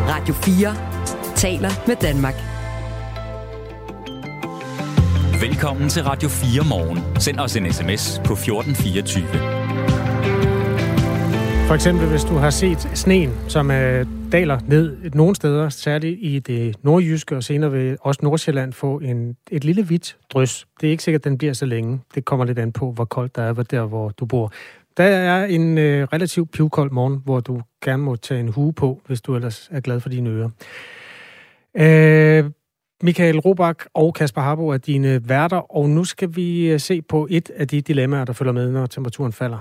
Radio 4 taler med Danmark. Velkommen til Radio 4 morgen. Send os en sms på 1424. For eksempel, hvis du har set sneen, som daler ned nogle steder, særligt i det nordjyske, og senere vil også Nordsjælland få et lille hvidt drys. Det er ikke sikkert, at den bliver så længe. Det kommer lidt an på, hvor koldt der er der, hvor du bor. Der er en relativt pivkold morgen, hvor du gerne må tage en hue på, hvis du ellers er glad for dine ører. Michael Robach og Kasper Harbo er dine værter, og nu skal vi se på et af de dilemmaer, der følger med, når temperaturen falder.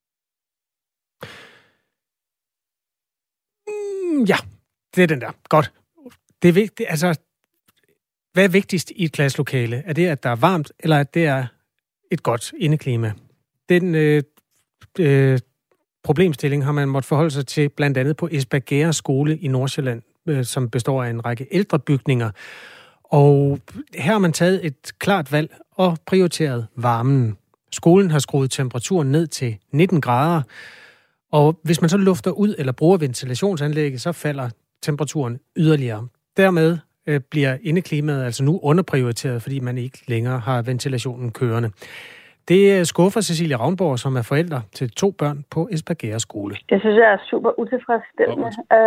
Ja, det er den der. Godt. Det er vigtigt, altså, hvad er vigtigst i et klasselokale? Er det, at der er varmt, eller at det er et godt indeklima? Den problemstilling har man måttet forholde sig til blandt andet på Espergærde skole i Nordsjælland, som består af en række ældre bygninger. Og her har man taget et klart valg og prioriteret varmen. Skolen har skruet temperaturen ned til 19 grader, og hvis man så lufter ud eller bruger ventilationsanlægget, så falder temperaturen yderligere. Dermed bliver indeklimaet altså nu underprioriteret, fordi man ikke længere har ventilationen kørende. Det skuffer Cecilie Ravnborg, som er forælder til 2 børn på Espergærde skole. Det synes jeg er super utilfredsstillende.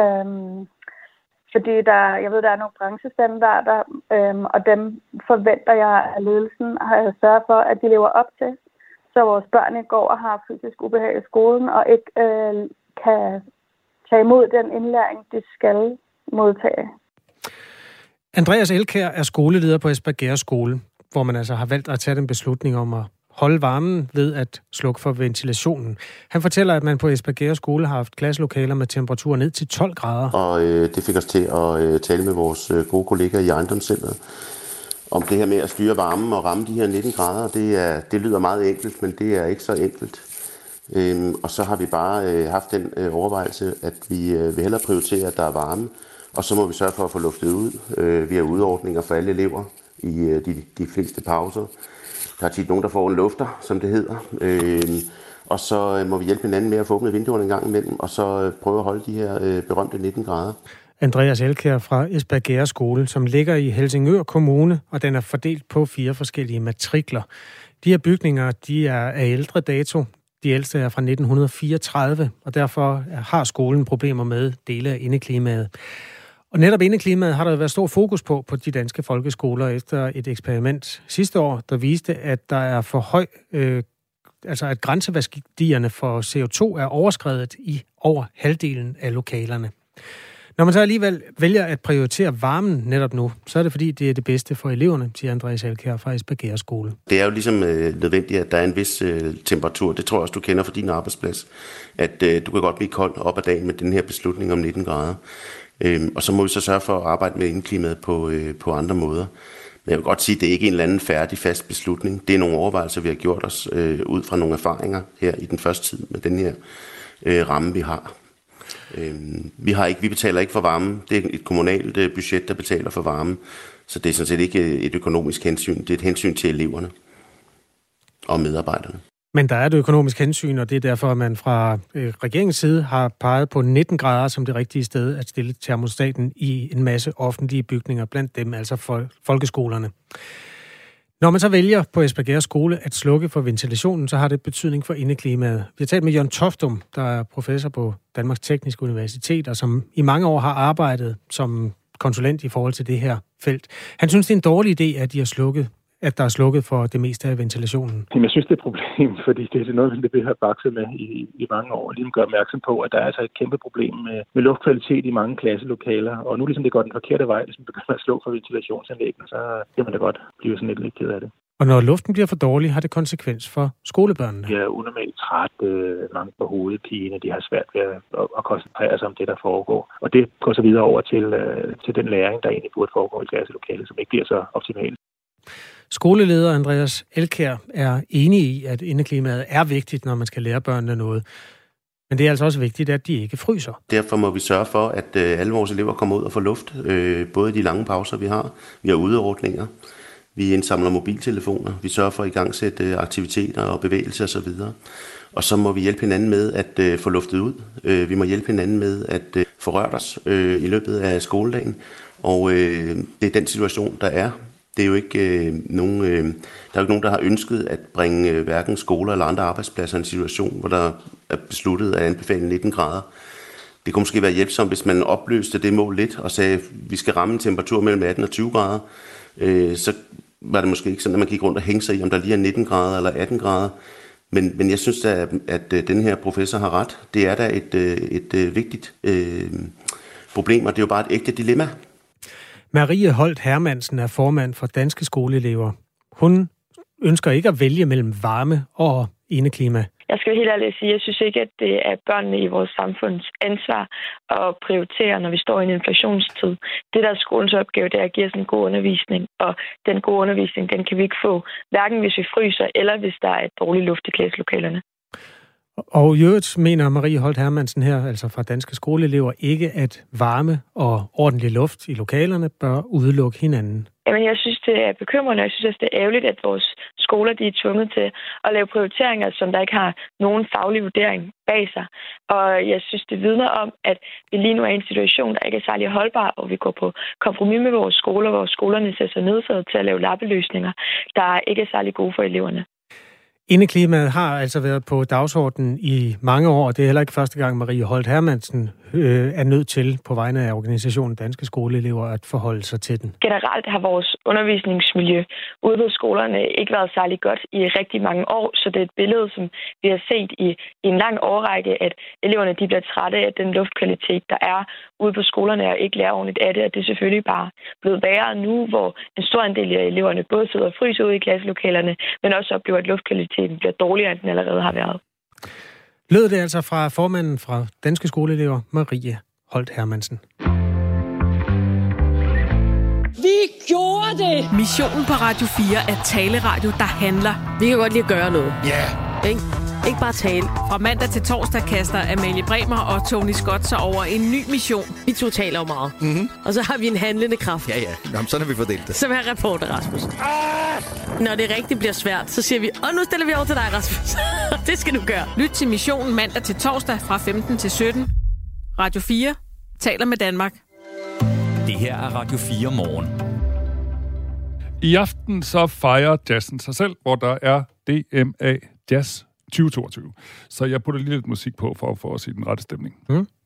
Fordi jeg ved, der er nogle branchestandarder, og dem forventer jeg, at ledelsen har sørget for, at de lever op til. Så vores børn i går har fysisk ubehag i skolen, og ikke kan tage imod den indlæring, de skal modtage. Andreas Elkjær er skoleleder på Espergærde skole, hvor man altså har valgt at tage den beslutning om at holde varmen ved at slukke for ventilationen. Han fortæller, at man på Espergærde skole har haft klasselokaler med temperatur ned til 12 grader. Og det fik os til at tale med vores gode kollegaer i ejendomscentret om det her med at styre varmen og ramme de her 19 grader. Det lyder meget enkelt, men det er ikke så enkelt. Og så har vi bare haft den overvejelse, at vi vil hellere prioritere, at der er varme, og så må vi sørge for at få luftet ud. Vi har udordninger for alle elever i de fleste pauser. Der er tit nogen, der får en lufter, som det hedder. Og så må vi hjælpe hinanden med at få åbnet vinduerne en gang imellem, og så prøve at holde de her berømte 19 grader. Andreas Elkjær fra Espergærde skole, som ligger i Helsingør Kommune, og den er fordelt på 4 forskellige matrikler. De her bygninger, de er af ældre dato. De ældste er fra 1934, og derfor har skolen problemer med dele af indeklimaet. Og netop indeklimaet har der været stor fokus på de danske folkeskoler efter et eksperiment sidste år, der viste, at der er for høj, at grænseværdierne for CO2 er overskredet i over halvdelen af lokalerne. Når man så alligevel vælger at prioritere varmen netop nu, så er det fordi, det er det bedste for eleverne, siger Andreas Elkjær fra Espergærde skole. Det er jo ligesom nødvendigt, at der er en vis temperatur. Det tror jeg også, du kender fra din arbejdsplads. At du kan godt blive kold op ad dagen med den her beslutning om 19 grader. Og så må vi så sørge for at arbejde med indeklimaet på andre måder. Men jeg vil godt sige, at det er ikke en eller anden færdig fast beslutning. Det er nogle overvejelser, vi har gjort os ud fra nogle erfaringer her i den første tid med den her ramme, vi har. Vi betaler ikke for varme. Det er et kommunalt budget, der betaler for varme. Så det er sådan set ikke et økonomisk hensyn. Det er et hensyn til eleverne og medarbejderne. Men der er et økonomisk hensyn, og det er derfor, at man fra regeringens side har peget på 19 grader som det rigtige sted at stille termostaten i en masse offentlige bygninger, blandt dem altså folkeskolerne. Når man så vælger på Espergærde skole at slukke for ventilationen, så har det betydning for indeklimaet. Vi har talt med Jørgen Toftum, der er professor på Danmarks Tekniske Universitet, og som i mange år har arbejdet som konsulent i forhold til det her felt. Han synes, det er en dårlig idé, at der er slukket for det meste af ventilationen. Jeg synes, det er et problem, fordi det er noget, vi har bakset med i mange år. Lige gør opmærksom på, at der er altså et kæmpe problem med luftkvalitet i mange klasselokaler. Og nu ligesom det går den forkerte vej, hvis man begynder at slå for ventilationsanlæggene, så kan man da godt blive sådan lidt ked af det. Og når luften bliver for dårlig, har det konsekvens for skolebørnene. De er unormalt træt, mange på hovedpine, de har svært ved at koncentrere sig om det, der foregår. Og det går så videre over til den læring, der egentlig burde foregå i klasselokalet, som ikke bliver så optimalt. Skoleleder Andreas Elkjær er enig i, at indeklimaet er vigtigt, når man skal lære børnene noget. Men det er altså også vigtigt, at de ikke fryser. Derfor må vi sørge for, at alle vores elever kommer ud og får luft. Både de lange pauser, vi har. Vi har udeordninger. Vi indsamler mobiltelefoner. Vi sørger for at igangsætte aktiviteter og bevægelser osv. Og så må vi hjælpe hinanden med at få luftet ud. Vi må hjælpe hinanden med at få rørt os i løbet af skoledagen. Og det er den situation, der er. Det er jo ikke nogen, der har ønsket at bringe hverken skoler eller andre arbejdspladser i en situation, hvor der er besluttet at anbefale 19 grader. Det kunne måske være hjælpsomt, hvis man opløste det mål lidt og sagde, at vi skal ramme en temperatur mellem 18 og 20 grader. Så var det måske ikke sådan, at man gik rundt og hængte sig i, om der lige er 19 grader eller 18 grader. Men jeg synes da, at den her professor har ret. Det er da et vigtigt problem, og det er jo bare et ægte dilemma. Marie Holt Hermansen er formand for Danske Skoleelever. Hun ønsker ikke at vælge mellem varme og indeklima. Jeg skal helt ærligt sige, at jeg synes ikke, at det er børnene i vores samfunds ansvar at prioritere, når vi står i en inflationstid. Det, der er skolens opgave, det er at give os en god undervisning, og den gode undervisning, den kan vi ikke få, hverken hvis vi fryser, eller hvis der er et dårligt luft i klasselokalerne. Og i øvrigt mener Marie Holt Hermansen her, altså fra Danske Skoleelever, ikke at varme og ordentlig luft i lokalerne bør udelukke hinanden. Jamen, jeg synes, det er bekymrende, og jeg synes også, det er ærgerligt, at vores skoler de er tvunget til at lave prioriteringer, som der ikke har nogen faglig vurdering bag sig. Og jeg synes, det vidner om, at vi lige nu er i en situation, der ikke er særlig holdbar, og vi går på kompromis med vores skoler, hvor skolerne ser sig nødsaget til at lave lappeløsninger, der ikke er særlig gode for eleverne. Indeklimaet har altså været på dagsordenen i mange år, og det er heller ikke første gang, Marie Holt Hermansen er nødt til på vegne af organisationen Danske Skoleelever at forholde sig til den. Generelt har vores undervisningsmiljø ude på skolerne ikke været særlig godt i rigtig mange år, så det er et billede, som vi har set i en lang årrække, at eleverne de bliver trætte af den luftkvalitet, der er ude på skolerne, og ikke lærer ordentligt af det, og det er selvfølgelig bare blevet værre nu, hvor en stor andel af eleverne både sidder og fryser ude i klasselokalerne, men også oplever, at luftkvaliteten bliver dårligere, end den allerede har været. Lød det altså fra formanden fra Danske Skoleelever, Marie Holt Hermansen. Vi gjorde det! Missionen på Radio 4 er taleradio, der handler. Vi kan godt lide at gøre noget. Ja. Yeah. Ikke bare tale. Fra mandag til torsdag kaster Amalie Bremer og Tony Scott sig over en ny mission. Vi to taler jo meget. Mm-hmm. Og så har vi en handlende kraft. Ja. Jamen, sådan har vi fordelt det. Som er reporter, Rasmus. Når det rigtig bliver svært, så siger vi, nu stiller vi over til dig, Rasmus. Det skal du gøre. Lyt til missionen mandag til torsdag fra 15 til 17. Radio 4 taler med Danmark. Det her er Radio 4 morgen. I aften så fejrer jazzen sig selv, hvor der er DMA Jazz 2022. Så jeg putter lige lidt musik på for at få os i den rette stemning.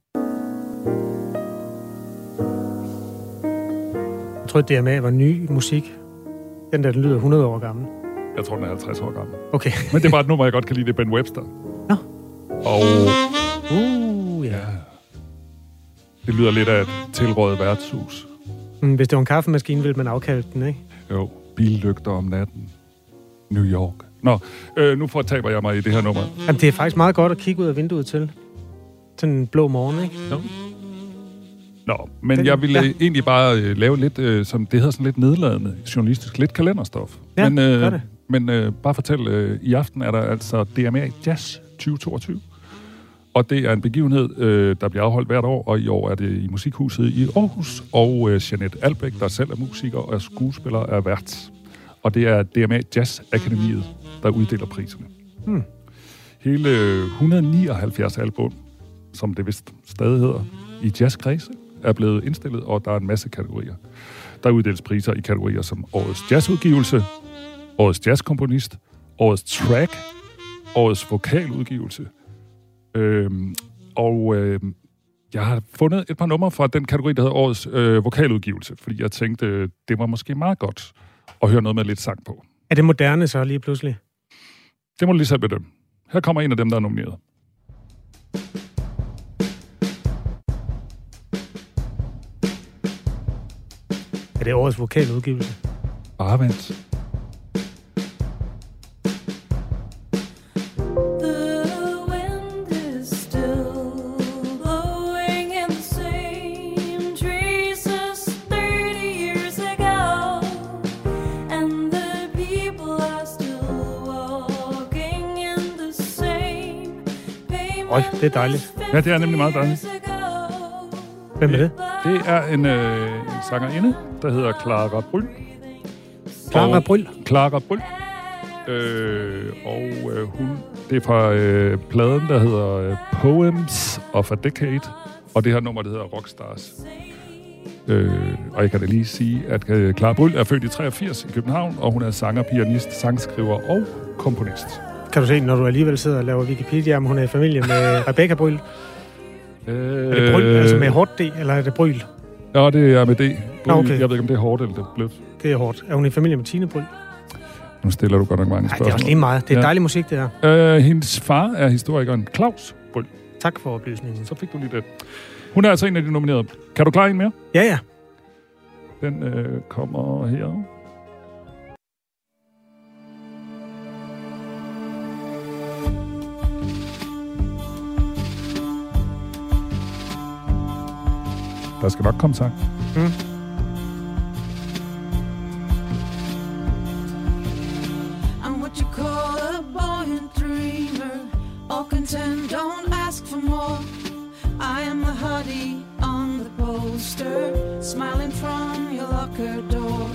Jeg tror, at DMA var ny musik. Den der, den lyder 100 år gammel. Jeg tror, den er 50 år gammel. Okay. Men det er bare et nummer, jeg godt kan lide. Det er Ben Webster. Nå. Og... ja. Det lyder lidt af et tilrådet værtshus. Hvis det var en kaffemaskine, ville man afkalde den, ikke? Jo. Billygter om natten. New York. Nå, nu fortaber jeg mig i det her nummer. Jamen, det er faktisk meget godt at kigge ud af vinduet til. Sådan en blå morgen, ikke? Nå, men jeg ville egentlig bare lave lidt, som det hedder sådan lidt nedladende journalistisk, lidt kalenderstof. Ja, men bare fortæl, i aften er der altså DMA Jazz 2022. Og det er en begivenhed, der bliver afholdt hvert år, og i år er det i Musikhuset i Aarhus. Og Jeanette Albeck, der selv er musiker og er skuespiller, er vært. Og det er DMA Jazz Akademiet, der uddeler priserne. Hele 179 album, som det vist stadig hedder, i jazzkredse, er blevet indstillet, og der er en masse kategorier. Der uddeles priser i kategorier som Årets Jazzudgivelse, Årets Jazzkomponist, Årets Track, Årets Vokaludgivelse. Jeg har fundet et par numre fra den kategori, der hedder Årets Vokaludgivelse, fordi jeg tænkte, det var måske meget godt at høre noget med lidt sang på. Er det moderne så lige pludselig? Det må du lige selv bedømme. Her kommer en af dem, der er nomineret. Er det årets vokaludgivelse? Bare vent. Det er dejligt. Ja, det er nemlig meget dejligt. Hvem er det? Det er en sangerinde, der hedder Clara Bryn. Clara Bryl. Clara Bryl. Det er fra pladen, der hedder Poems of a Decade, og det her nummer, der hedder Rockstars. Og jeg kan da lige sige, at Clara Bryl er født i 83 i København, og hun er sanger, pianist, sangskriver og komponist. Kan du se, når du alligevel sidder og laver Wikipedia, om hun er i familie med Rebecca Bryl? Er det Bryl, altså med hårdt D, eller er det Bryl? Ja, det er med D. Okay. Jeg ved ikke, om det er hårdt eller det er blødt. Det er hårdt. Er hun i familie med Tine Bryl? Nu stiller du godt nok mange spørgsmål. Det er også lige meget. Det er dejlig musik, det her. Hendes far er historikeren Claus Bryl. Tak for oplysningen. Så fik du lige det. Hun er altså en af de nominerede. Kan du klare en mere? Ja. Den kommer her. Der skal nok komme sang. I'm what you call a buoyant dreamer, all content, don't ask for more. I am the hottie on the poster, smiling from your locker door.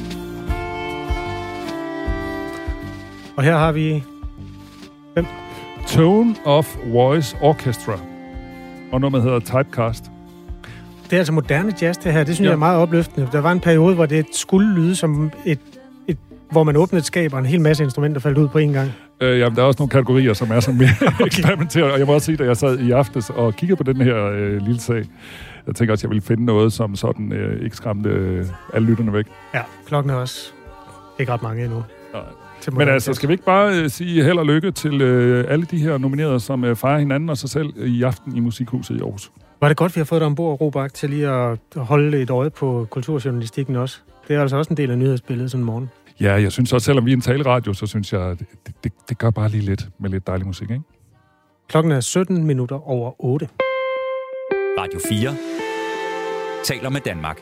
Og her har vi... Hvem? Tone of Voice Orchestra. Og nummeret hedder Typecast. Det er altså moderne jazz, det her. Det synes jeg er meget opløftende. Der var en periode, hvor det skulle lyde som hvor man åbnede et skab, og en hel masse instrumenter faldt ud på en gang. Jamen, der er også nogle kategorier, som er sådan mere eksperimenterende. Og jeg må også sige, da jeg sad i aftes og kiggede på den her lille sag, jeg tænker også, at jeg ville finde noget, som sådan ikke skræmte alle lytterne væk. Ja, klokken er også ikke ret mange endnu. Nej. Men altså, skal vi ikke bare sige held og lykke til alle de her nominerede, som fejrer hinanden og sig selv i aften i Musikhuset i Aarhus? Var det godt, vi har fået dig ombord, Robak, til lige at holde et øje på kulturjournalistikken også? Det er altså også en del af nyhedsbilledet sådan en morgen. Ja, jeg synes også, selvom vi er en taleradio, så synes jeg, det gør bare lige lidt med lidt dejlig musik, ikke? Klokken er 17 minutter over 8. Radio 4 taler med Danmark.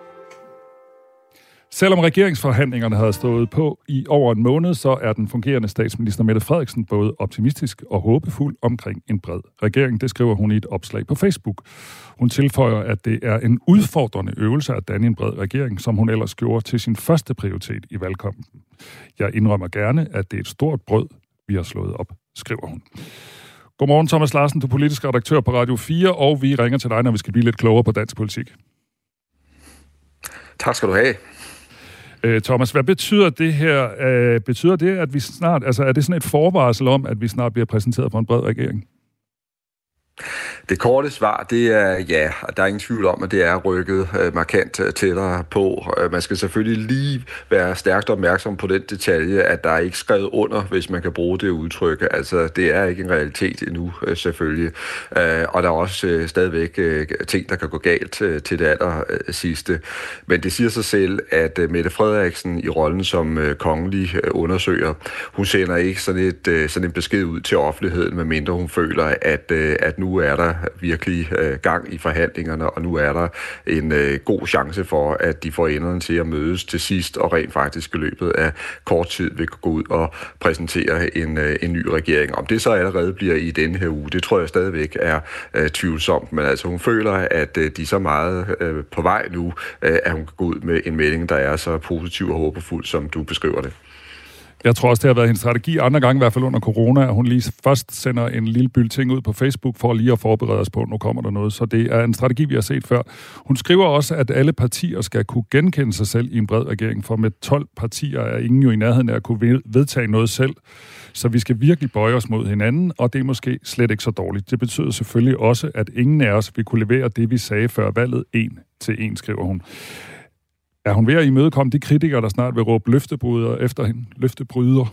Selvom regeringsforhandlingerne havde stået på i over en måned, så er den fungerende statsminister Mette Frederiksen både optimistisk og håbefuld omkring en bred regering. Det skriver hun i et opslag på Facebook. Hun tilføjer, at det er en udfordrende øvelse at danne en bred regering, som hun ellers gjorde til sin første prioritet i valgkampen. Jeg indrømmer gerne, at det er et stort brød, vi har slået op, skriver hun. Godmorgen, Thomas Larsen, du er politisk redaktør på Radio 4, og vi ringer til dig, når vi skal blive lidt klogere på dansk politik. Tak skal du have. Thomas, hvad betyder det her? Betyder det, at vi snart, altså er det sådan et forvarsel om, at vi snart bliver præsenteret for en bred regering? Det korte svar, det er ja, og der er ingen tvivl om, at det er rykket markant tættere på. Man skal selvfølgelig lige være stærkt opmærksom på den detalje, at der er ikke skrevet under, hvis man kan bruge det udtryk. Altså, det er ikke en realitet endnu, selvfølgelig. Og der er også stadigvæk ting, der kan gå galt til det aller sidste. Men det siger sig selv, at Mette Frederiksen i rollen som kongelig undersøger, hun sender ikke sådan en besked ud til offentligheden, medmindre hun føler, at nu er der virkelig gang i forhandlingerne, og nu er der en god chance for, at de får enderne til at mødes til sidst, og rent faktisk i løbet af kort tid vil gå ud og præsentere en ny regering. Om det så allerede bliver i denne her uge, det tror jeg stadigvæk er tvivlsomt, men altså hun føler, at de er så meget på vej nu, at hun kan gå ud med en melding, der er så positiv og håbefuld, som du beskriver det. Jeg tror også, det har været hendes strategi andre gange, i hvert fald under corona, at hun lige først sender en lille bulletin ud på Facebook for lige at forberede os på, at nu kommer der noget. Så det er en strategi, vi har set før. Hun skriver også, at alle partier skal kunne genkende sig selv i en bred regering, for med 12 partier er ingen jo i nærheden af at kunne vedtage noget selv. Så vi skal virkelig bøje os mod hinanden, og det er måske slet ikke så dårligt. Det betyder selvfølgelig også, at ingen af os vil kunne levere det, vi sagde før valget 1-1, skriver hun. Er hun ved at imødekomme de kritikere, der snart vil råbe løftebryder efter hende? Løftebryder?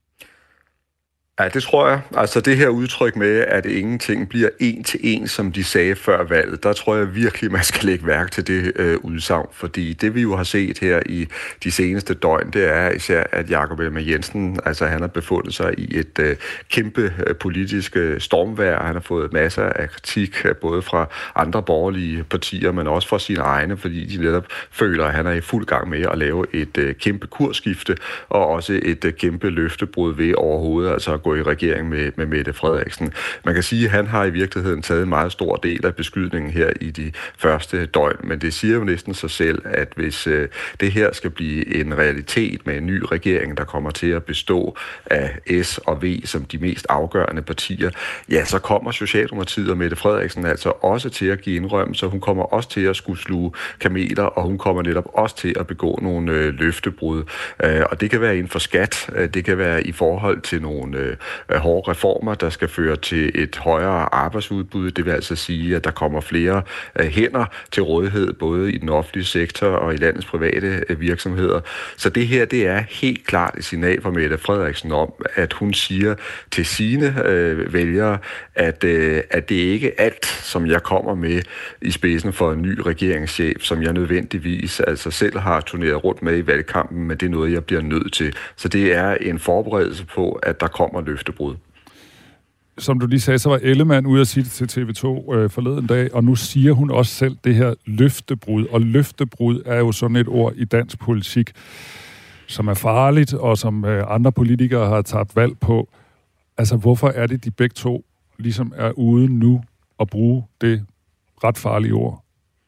Ja, det tror jeg. Altså det her udtryk med, at ingenting bliver en til en, som de sagde før valget, der tror jeg virkelig, man skal lægge værk til det udsagn. Fordi det vi jo har set her i de seneste døgn, det er især, at Jakob Ellemann-Jensen, altså han har befundet sig i et kæmpe politisk stormvejr. Han har fået masser af kritik, både fra andre borgerlige partier, men også fra sine egne, fordi de netop føler, at han er i fuld gang med at lave et kæmpe kursskifte, og også et kæmpe løftebrud ved overhovedet, altså gå i regering med Mette Frederiksen. Man kan sige, at han har i virkeligheden taget en meget stor del af beskydningen her i de første døgn, men det siger jo næsten sig selv, at hvis det her skal blive en realitet med en ny regering, der kommer til at bestå af S og V som de mest afgørende partier, ja, så kommer Socialdemokratiet og Mette Frederiksen altså også til at give indrømmelser. Hun kommer også til at skulle sluge kameler, og hun kommer netop også til at begå nogle løftebrud. Og det kan være inden for skat, det kan være i forhold til nogle hårde reformer, der skal føre til et højere arbejdsudbud. Det vil altså sige, at der kommer flere hænder til rådighed, både i den offentlige sektor og i landets private virksomheder. Så det her, det er helt klart et signal fra Mette Frederiksen om, at hun siger til sine vælgere, at det ikke er alt, som jeg kommer med i spidsen for en ny regeringschef, som jeg nødvendigvis altså selv har turneret rundt med i valgkampen, men det er noget, jeg bliver nødt til. Så det er en forberedelse på, at der kommer løftebrud. Som du lige sagde, så var Ellemann ude at sige det til TV2 forleden dag, og nu siger hun også selv det her løftebrud. Og løftebrud er jo sådan et ord i dansk politik, som er farligt, og som andre politikere har tabt valg på. Altså, hvorfor er det, de begge to ligesom er ude nu at bruge det ret farlige ord?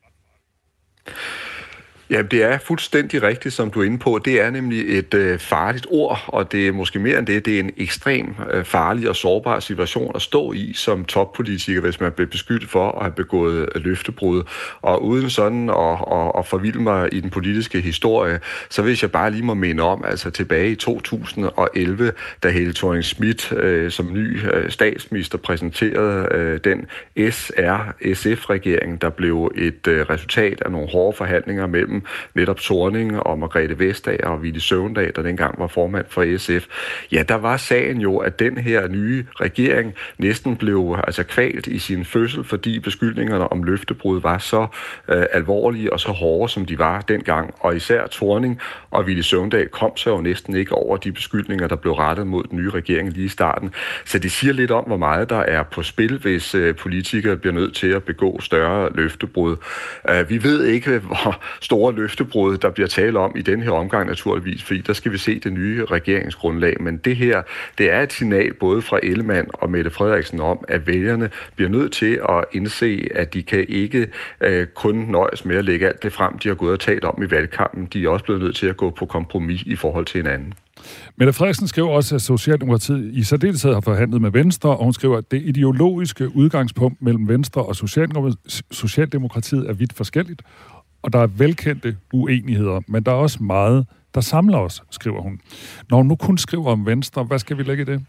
Ja, det er fuldstændig rigtigt, som du er inde på. Det er nemlig et farligt ord, og det er måske mere end det. Det er en ekstrem farlig og sårbar situation at stå i som toppolitiker, hvis man bliver beskyldt for at have begået løftebrud. Og uden sådan at forvilde mig i den politiske historie, så hvis jeg bare lige må minde om, altså tilbage i 2011, da Helle Thorning-Schmidt som ny statsminister præsenterede den SR-SF-regering, der blev et resultat af nogle hårde forhandlinger mellem netop Thorning og Margrethe Vestager og Villy Søvndal, der dengang var formand for SF. Ja, der var sagen jo, at den her nye regering næsten blev kvalt i sin fødsel, fordi beskyldningerne om løftebrud var så alvorlige og så hårde, som de var dengang. Og især Thorning og Villy Søvndal kom så jo næsten ikke over de beskyldninger, der blev rettet mod den nye regering lige i starten. Så det siger lidt om, hvor meget der er på spil, hvis politikere bliver nødt til at begå større løftebrud. Vi ved ikke, hvor store løftebrud, der bliver tale om i den her omgang naturligvis, fordi der skal vi se det nye regeringsgrundlag. Men det her, det er et signal både fra Ellemann og Mette Frederiksen om, at vælgerne bliver nødt til at indse, at de kan ikke kun nøjes med at lægge alt det frem, de har gået og talt om i valgkampen. De er også blevet nødt til at gå på kompromis i forhold til hinanden. Mette Frederiksen skriver også, at Socialdemokratiet i særdeleshed har forhandlet med Venstre, og hun skriver, at det ideologiske udgangspunkt mellem Venstre og Socialdemokratiet er vidt forskelligt, og der er velkendte uenigheder, men der er også meget, der samler os, skriver hun. Når hun nu kun skriver om Venstre, hvad skal vi lægge i det?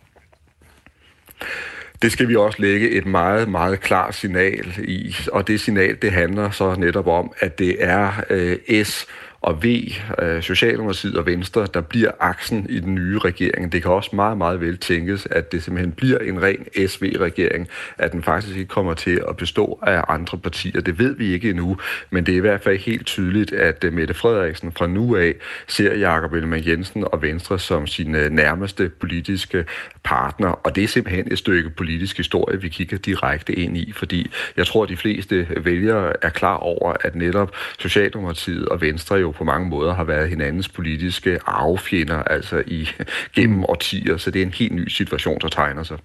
Det skal vi også lægge et meget, meget klart signal i, og det signal, det handler så netop om, at det er S og V, Socialdemokratiet og Venstre, der bliver aksen i den nye regering. Det kan også meget, meget vel tænkes, at det simpelthen bliver en ren SV-regering, at den faktisk ikke kommer til at bestå af andre partier. Det ved vi ikke endnu, men det er i hvert fald helt tydeligt, at Mette Frederiksen fra nu af ser Jakob Ellemann-Jensen og Venstre som sine nærmeste politiske partner, og det er simpelthen et stykke politisk historie, vi kigger direkte ind i, fordi jeg tror, at de fleste vælgere er klar over, at netop Socialdemokratiet og Venstre jo på mange måder har været hinandens politiske arvefjender, altså gennem årtier, så det er en helt ny situation, der tegner sig.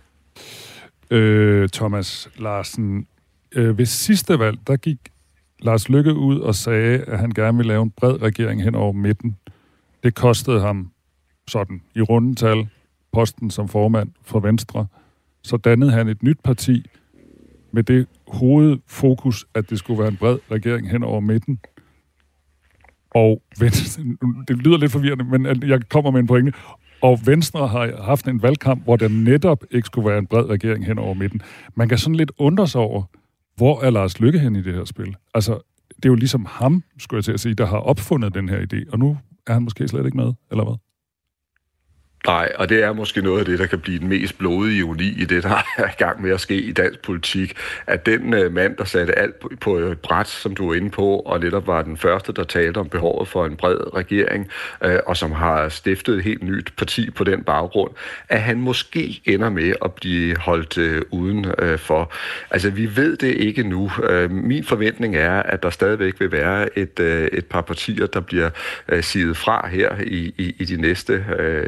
Thomas Larsen, ved sidste valg, der gik Lars Løkke ud og sagde, at han gerne ville lave en bred regering hen over midten. Det kostede ham sådan i rundetal posten som formand for Venstre. Så dannede han et nyt parti med det hovedfokus, at det skulle være en bred regering hen over midten. Og Venstre, det lyder lidt forvirrende, men jeg kommer med en pointe. Og Venstre har haft en valgkamp, hvor der netop ikke skulle være en bred regering hen over midten. Man kan sådan lidt undre sig over, hvor er Lars Løkke hen i det her spil? Altså, det er jo ligesom ham, skulle jeg til at sige, der har opfundet den her idé, og nu er han måske slet ikke med, eller hvad? Nej, og det er måske noget af det, der kan blive den mest blodige ironi i det, der er i gang med at ske i dansk politik. At den mand, der satte alt på et bræt, som du er inde på, og netop var den første, der talte om behovet for en bred regering, og som har stiftet et helt nyt parti på den baggrund, at han måske ender med at blive holdt uden for. Altså, vi ved det ikke nu. Min forventning er, at der stadigvæk vil være et par partier, der bliver siet fra her i de næste døgn.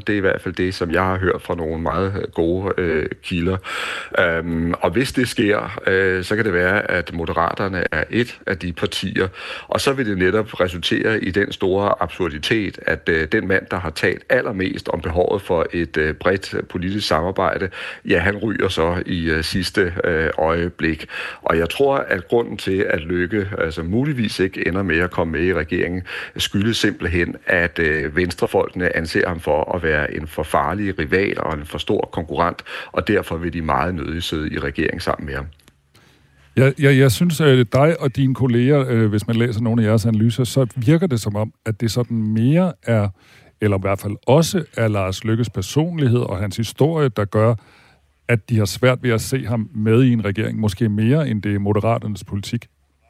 Det er i hvert fald det, som jeg har hørt fra nogle meget gode kilder. Og hvis det sker, så kan det være, at Moderaterne er et af de partier, og så vil det netop resultere i den store absurditet, at den mand, der har talt allermest om behovet for et bredt politisk samarbejde, ja, han ryger så i sidste øjeblik. Og jeg tror, at grunden til, at Løkke altså muligvis ikke ender med at komme med i regeringen, skyldes simpelthen, at venstrefolkene anser ham for at være en for farlig rival og en for stor konkurrent, og derfor vil de meget nødig sidde i regering sammen med ham. Jeg synes, at dig og dine kolleger, hvis man læser nogle af jeres analyser, så virker det som om, at det sådan mere er, eller i hvert fald også er Lars Løkkes personlighed og hans historie, der gør, at de har svært ved at se ham med i en regering, måske mere end det er Moderaternes politik.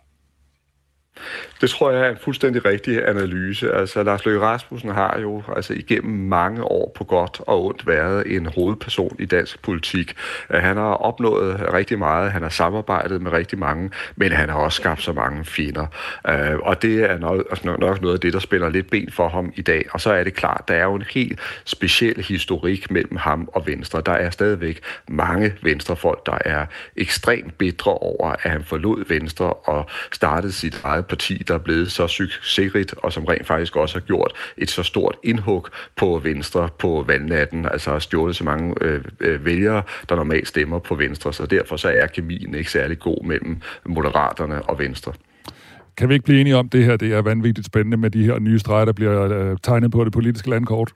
Det tror jeg er en fuldstændig rigtig analyse. Altså, Lars Løkke Rasmussen har jo igennem mange år på godt og ondt været en hovedperson i dansk politik. Han har opnået rigtig meget, han har samarbejdet med rigtig mange, men han har også skabt så mange fjender. Og det er nok noget af det, der spiller lidt ben for ham i dag. Og så er det klart, der er jo en helt speciel historik mellem ham og Venstre. Der er stadigvæk mange venstrefolk, der er ekstremt bitre over, at han forlod Venstre og startede sit eget parti, der er blevet så succesrigt, og som rent faktisk også har gjort et så stort indhug på Venstre på valgnatten, altså har stjålet så mange vælgere, der normalt stemmer på Venstre, så derfor så er kemien ikke særlig god mellem Moderaterne og Venstre. Kan vi ikke blive enige om det her? Det er vanvittigt spændende med de her nye streger, der bliver tegnet på det politiske landkort.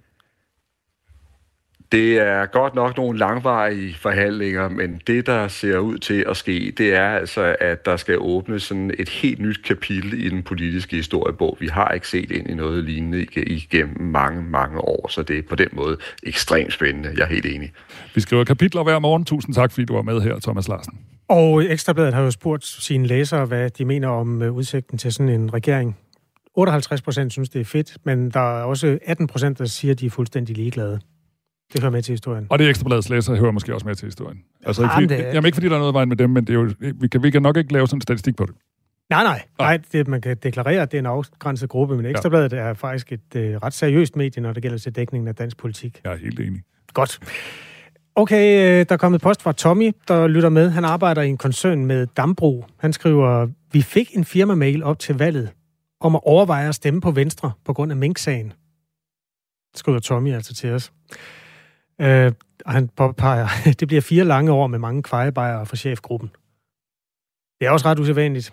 Det er godt nok nogle langvarige forhandlinger, men det, der ser ud til at ske, det er altså, at der skal åbnes sådan et helt nyt kapitel i den politiske historiebog. Vi har ikke set ind i noget lignende igennem mange, mange år, så det er på den måde ekstremt spændende. Jeg er helt enig. Vi skriver kapitler hver morgen. Tusind tak, fordi du var med her, Thomas Larsen. Og Ekstrabladet har jo spurgt sine læsere, hvad de mener om udsigten til sådan en regering. 58% synes, det er fedt, men der er også 18%, der siger, at de er fuldstændig ligeglade. Det hører med til historien. Og det Ekstrabladets læsere hører måske også med til historien. Altså, ikke fordi der er noget vejen med dem, men det er jo, vi kan nok ikke lave sådan en statistik på det. Nej, man kan deklarere, at det er en afgrænset gruppe, men Ekstrabladet er faktisk et ret seriøst medie, når det gælder til dækningen af dansk politik. Jeg er helt enig. Godt. Okay, der er kommet post fra Tommy, der lytter med. Han arbejder i en koncern med Dambrug. Han skriver, vi fik en firma-mail op til valget om at overveje at stemme på Venstre på grund af Mink-sagen. Skriver Tommy altså til os. Og han påpeger, det bliver 4 lange år med mange kvejebejere for chefgruppen. Det er også ret usædvanligt,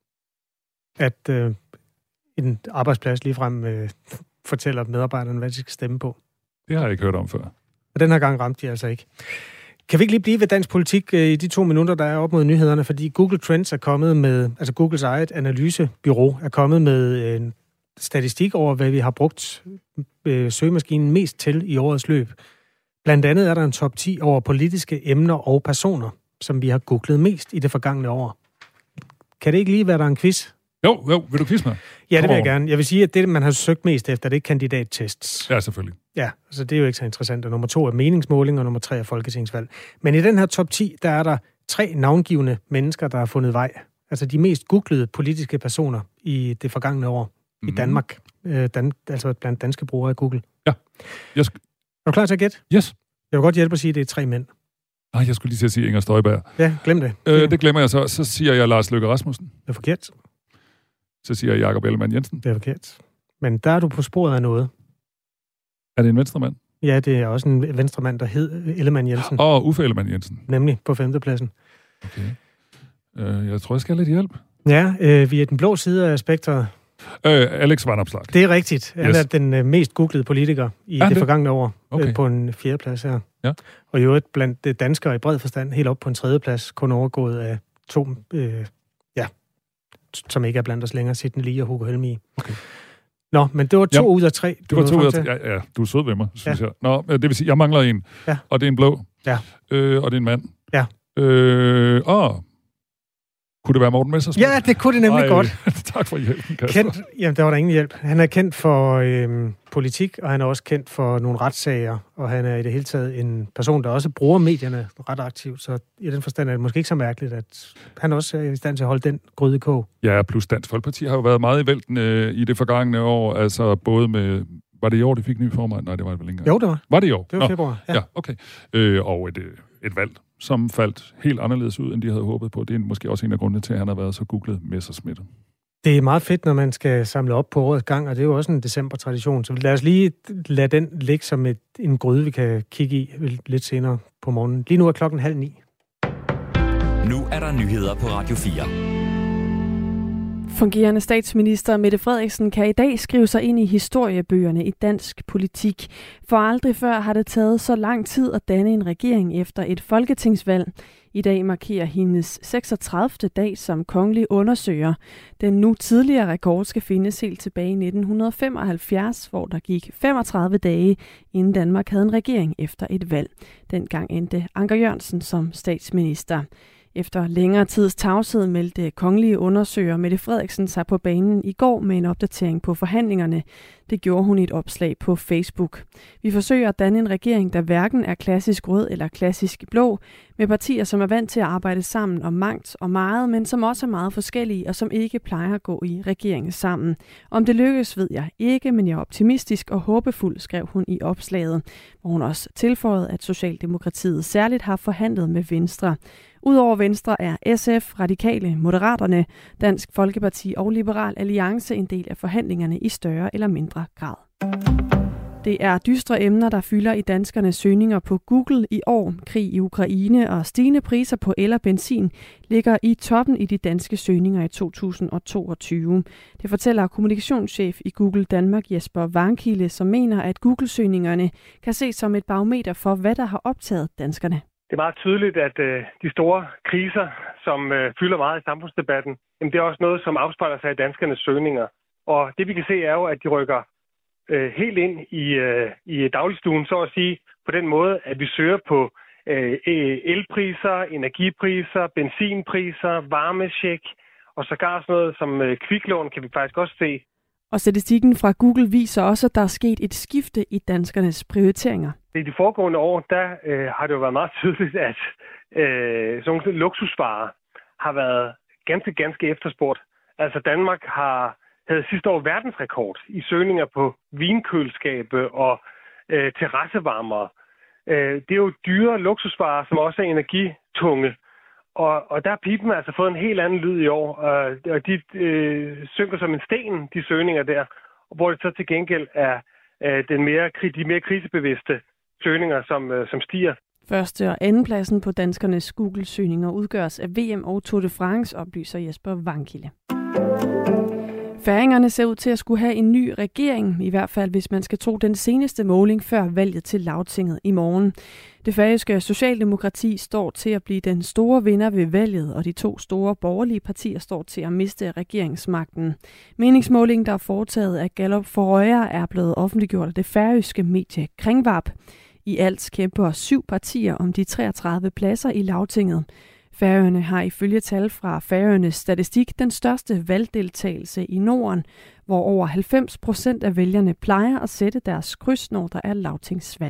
at en arbejdsplads ligefrem fortæller medarbejderne, hvad de skal stemme på. Det har jeg ikke hørt om før. Og den her gang ramte de altså ikke. Kan vi ikke lige blive ved dansk politik i de 2 minutter, der er op mod nyhederne? Fordi Google Trends er kommet med, altså Googles eget analysebyrå er kommet med en statistik over, hvad vi har brugt søgemaskinen mest til i årets løb. Blandt andet er der en top 10 over politiske emner og personer, som vi har googlet mest i det forgangne år. Kan det ikke lige være, der er en quiz? Jo, vil du quizze mig? Ja, det vil jeg gerne. Jeg vil sige, at det, man har søgt mest efter, det er kandidattests. Ja, selvfølgelig. Ja, så det er jo ikke så interessant. Og nummer 2 er meningsmåling, og nummer 3 er folketingsvalg. Men i den her top 10, der er der 3 navngivende mennesker, der har fundet vej. Altså de mest googlede politiske personer i det forgangne år i Danmark. Altså blandt danske brugere af Google. Ja. Er du klar til at gætte? Yes. Jeg vil godt hjælpe at sige, at det er 3 mænd. Nej, jeg skulle lige til at sige Inger Støjberg. Ja, glem det. Det glemmer jeg så. Så siger jeg Lars Løkke Rasmussen. Det er forkert. Så siger jeg Jakob Ellemann-Jensen. Det er forkert. Men der er du på sporet af noget. Er det en venstremand? Ja, det er også en venstremand, der hed Ellemann-Jensen. Uffe Ellemann-Jensen. Nemlig på 5. pladsen. Okay. Jeg tror, jeg skal have lidt hjælp. Ja, vi er den blå side af spektret. Alex Vanopslagh. Det er rigtigt. Han er den mest googlede politiker i det forgangne år. Okay. På en 4. plads her. Ja. Og i øvrigt blandt danskere i bred forstand helt op på en 3. plads, kun overgået af 2, som ikke er blandt os længere, Sidney Lee og Hugo Helmig. Okay. Nå, men det var 2 ud af 3. Det var 2 ud af 3. Ja, du er sød ved mig, synes jeg. Nå, det vil sige, jeg mangler en. Ja. Og det er en blå. Ja. Og det er en mand. Ja. Kunne det være Morten Messerschmidt? Ja, det kunne det nemlig godt. Tak for hjælpen, Kasper. Jamen, der var der ingen hjælp. Han er kendt for politik, og han er også kendt for nogle retssager, og han er i det hele taget en person, der også bruger medierne ret aktivt, så i den forstand er det måske ikke så mærkeligt, at han også er i stand til at holde den gryde i kog. Ja, plus Dansk Folkeparti har jo været meget i vælten i det forgangne år, altså både med Var det i år, de fik ny formand? Nej, det var det vel ikke engang. Jo, det var. Var det i år? Det var februar, ja. Ja, okay. Og et valg, som faldt helt anderledes ud, end de havde håbet på. Det er måske også en af grundene til, at han har været så googlet Messerschmidt. Det er meget fedt, når man skal samle op på årets gang, og det er jo også en december-tradition. Så lad os lige lade den ligge som en gryde, vi kan kigge i lidt senere på morgenen. Lige nu er 8:30. Nu er der nyheder på Radio 4. Fungerende statsminister Mette Frederiksen kan i dag skrive sig ind i historiebøgerne i dansk politik. For aldrig før har det taget så lang tid at danne en regering efter et folketingsvalg. I dag markerer hendes 36. dag som kongelig undersøger. Den nu tidligere rekord skal findes helt tilbage i 1975, hvor der gik 35 dage, inden Danmark havde en regering efter et valg. Dengang endte Anker Jørgensen som statsminister. Efter længere tids tavshed meldte kongelige undersøger Mette Frederiksen sig på banen i går med en opdatering på forhandlingerne. Det gjorde hun i et opslag på Facebook. Vi forsøger at danne en regering, der hverken er klassisk rød eller klassisk blå, med partier, som er vant til at arbejde sammen om mangt og meget, men som også er meget forskellige og som ikke plejer at gå i regeringen sammen. Om det lykkes, ved jeg ikke, men jeg er optimistisk og håbefuld, skrev hun i opslaget, hvor hun også tilføjede, at Socialdemokratiet særligt har forhandlet med Venstre. Udover Venstre er SF, Radikale, Moderaterne, Dansk Folkeparti og Liberal Alliance en del af forhandlingerne i større eller mindre grad. Det er dystre emner, der fylder i danskernes søgninger på Google i år. Krig i Ukraine og stigende priser på el og benzin ligger i toppen i de danske søgninger i 2022. Det fortæller kommunikationschef i Google Danmark Jesper Varnkilde, som mener, at Google-søgningerne kan ses som et barometer for, hvad der har optaget danskerne. Det er meget tydeligt, at de store kriser, som fylder meget i samfundsdebatten, det er også noget, som afspejler sig i danskernes søgninger. Og det vi kan se er jo, at de rykker helt ind i dagligstuen, så at sige, på den måde, at vi søger på elpriser, energipriser, benzinpriser, varmecheck og sågar sådan noget som kviklån kan vi faktisk også se. Og statistikken fra Google viser også, at der er sket et skifte i danskernes prioriteringer. I de foregående år, der har det jo været meget tydeligt, at sådan nogle luksusvarer har været ganske efterspurgt. Altså Danmark havde sidste år verdensrekord i søgninger på vinkølskabe og terrassevarmere. Det er jo dyre luksusvarer, som også er energitunge. Og der har pipen altså fået en helt anden lyd i år, og de synker som en sten, de søgninger der, hvor det så til gengæld er de mere krisebevidste søgninger, som stiger. Første og anden pladsen på danskernes Google-søgninger udgøres af VM og Tour de France, oplyser Jesper Varnkilde. Færingerne ser ud til at skulle have en ny regering, i hvert fald hvis man skal tro den seneste måling før valget til Lagtinget i morgen. Det færøske Socialdemokrati står til at blive den store vinder ved valget, og de to store borgerlige partier står til at miste regeringsmagten. Meningsmålingen, der er foretaget af Gallup Føroya, er blevet offentliggjort af det færøske medie Kringvarp. I alt kæmper 7 partier om de 33 pladser i Lagtinget. Færøerne har ifølge tal fra Færøernes Statistik den største valgdeltagelse i Norden, hvor over 90% af vælgerne plejer at sætte deres kryds, når der er lagtingsvalg.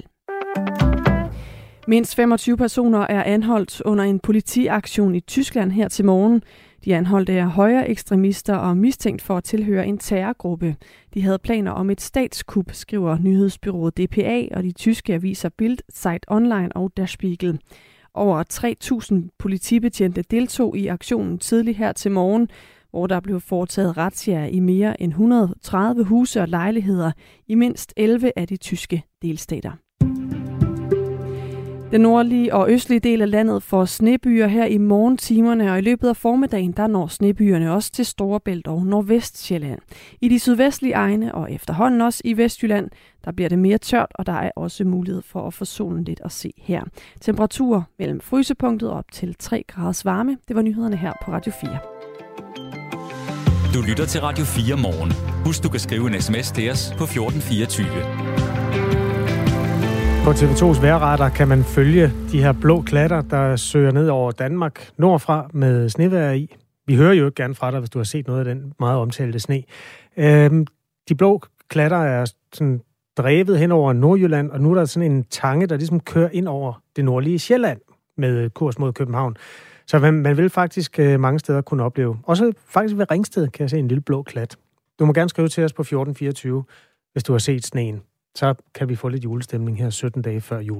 Mindst 25 personer er anholdt under en politiaktion i Tyskland her til morgen. De anholdte er højre ekstremister og mistænkt for at tilhøre en terrorgruppe. De havde planer om et statskup, skriver nyhedsbyrået DPA og de tyske aviser Bild, Zeit Online og Der Spiegel. Over 3.000 politibetjente deltog i aktionen tidlig her til morgen, hvor der blev foretaget razziaer i mere end 130 huse og lejligheder i mindst 11 af de tyske delstater. Den nordlige og østlige del af landet får snebyer her i morgentimerne, og i løbet af formiddagen der når snebyerne også til Storebælt og Nordvestsjælland. I de sydvestlige egne og efterhånden også i Vestjylland, der bliver det mere tørt, og der er også mulighed for at få solen lidt at se her. Temperaturer mellem frysepunktet op til 3 graders varme. Det var nyhederne her på Radio 4. Du lytter til Radio 4 morgen. Husk, du kan skrive en sms til os på 1424. På TV2's vejrradar kan man følge de her blå klatter, der søger ned over Danmark nordfra med snevejr i. Vi hører jo ikke gerne fra dig, hvis du har set noget af den meget omtalte sne. De blå klatter er sådan drevet hen over Nordjylland, og nu er der sådan en tange, der ligesom kører ind over det nordlige Sjælland med kurs mod København. Så man vil faktisk mange steder kunne opleve. Også faktisk ved Ringsted kan jeg se en lille blå klat. Du må gerne skrive til os på 1424, hvis du har set sneen. Så kan vi få lidt julestemning her 17 dage før jul.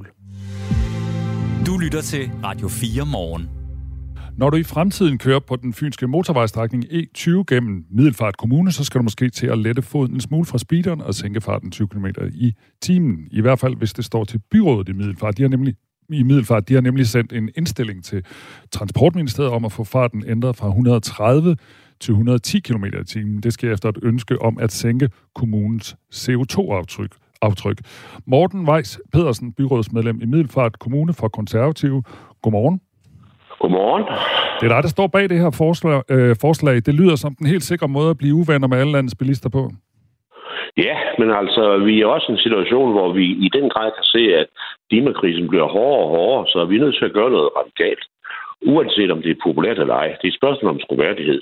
Du lytter til Radio 4 morgen. Når du i fremtiden kører på den fynske motorvejsstrækning E20 gennem Middelfart Kommune, så skal du måske til at lette foden en smule fra speederen og sænke farten 20 km i timen. I hvert fald, hvis det står til byrådet i Middelfart. De har nemlig sendt en indstilling til Transportministeriet om at få farten ændret fra 130 til 110 km i timen. Det sker efter et ønske om at sænke kommunens CO2-aftryk. Morten Weiss Pedersen, byrådsmedlem i Middelfart Kommune for Konservative. Godmorgen. Godmorgen. Det er dig, der står bag det her forslag. Det lyder som den helt sikre måde at blive uvenner med alle landets bilister på. Ja, men altså, vi er også i en situation, hvor vi i den grad kan se, at klimakrisen bliver hårdere og hårdere, så vi er nødt til at gøre noget radikalt. Uanset om det er populært eller ej. Det er et spørgsmål om troværdighed.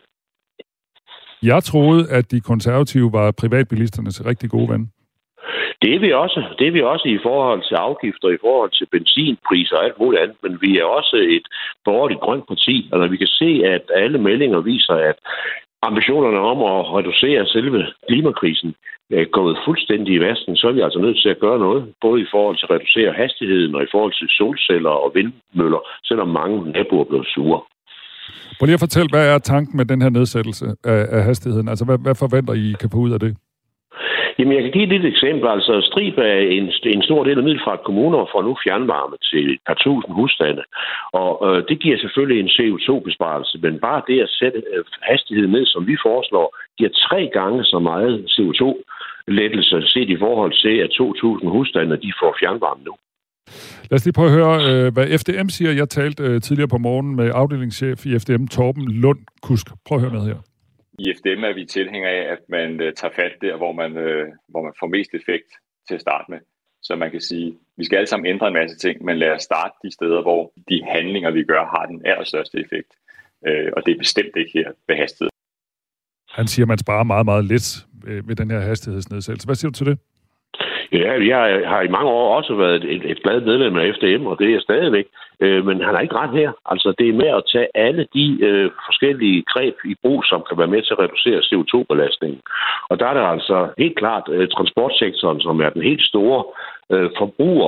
Jeg troede, at de konservative var privatbilisternes rigtig gode ven. Det er vi også i forhold til afgifter, i forhold til benzinpriser og alt muligt andet, men vi er også et borgerligt grønt parti, og når vi kan se, at alle meldinger viser, at ambitionerne om at reducere selve klimakrisen er gået fuldstændig i vasken, så er vi altså nødt til at gøre noget, både i forhold til at reducere hastigheden og i forhold til solceller og vindmøller, selvom mange naboer blev sure. Prøv lige at fortælle, hvad er tanken med den her nedsættelse af hastigheden? Altså, hvad forventer I kan få ud af det? Jamen, jeg kan give et lille eksempel. Altså, Strib er en stor del af Middelfart Kommune og får nu fjernvarme til et par tusind husstande. Og det giver selvfølgelig en CO2-besparelse, men bare det at sætte hastigheden ned, som vi foreslår, giver 3 gange så meget CO2-lettelse set i forhold til, at 2.000 husstande de får fjernvarme nu. Lad os lige prøve at høre, hvad FDM siger. Jeg talte tidligere på morgen med afdelingschef i FDM, Torben Lundkusk. Prøv at høre med her. I FDM er vi tilhængere af, at man tager fat der, hvor man får mest effekt til at starte med. Så man kan sige, vi skal alle sammen ændre en masse ting, men lad os starte de steder, hvor de handlinger, vi gør, har den allerstørste effekt. Og det er bestemt ikke her ved hastighed. Han siger, at man sparer meget, meget lidt ved den her hastighedsnedsættelse. Hvad siger du til det? Ja, jeg har i mange år også været et glad medlem af FDM, og det er jeg stadigvæk. Men han har ikke ret her. Altså, det er med at tage alle de forskellige greb i brug, som kan være med til at reducere CO2-belastningen. Og der er der altså helt klart transportsektoren, som er den helt store forbruger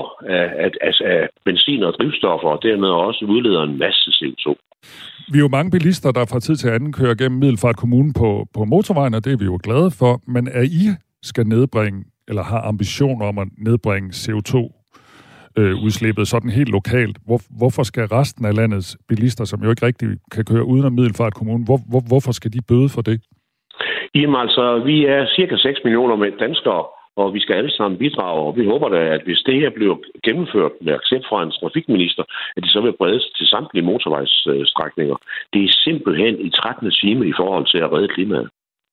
af benzin og drivstoffer, og dermed også udleder en masse CO2. Vi er jo mange bilister, der fra tid til anden kører gennem Middelfart Kommune på motorvejen, og det er vi jo glade for. Men at I skal nedbringe, eller har ambitioner om at nedbringe CO2-udslippet sådan helt lokalt, hvorfor skal resten af landets bilister, som jo ikke rigtig kan køre uden om Middelfart Kommune, hvorfor skal de bøde for det? Jamen altså, vi er cirka 6 millioner danskere, og vi skal alle sammen bidrage, og vi håber da, at hvis det her bliver gennemført med accept fra en trafikminister, at det så vil bredes til samtlige motorvejsstrækninger. Det er simpelthen i 13. time i forhold til at redde klimaet.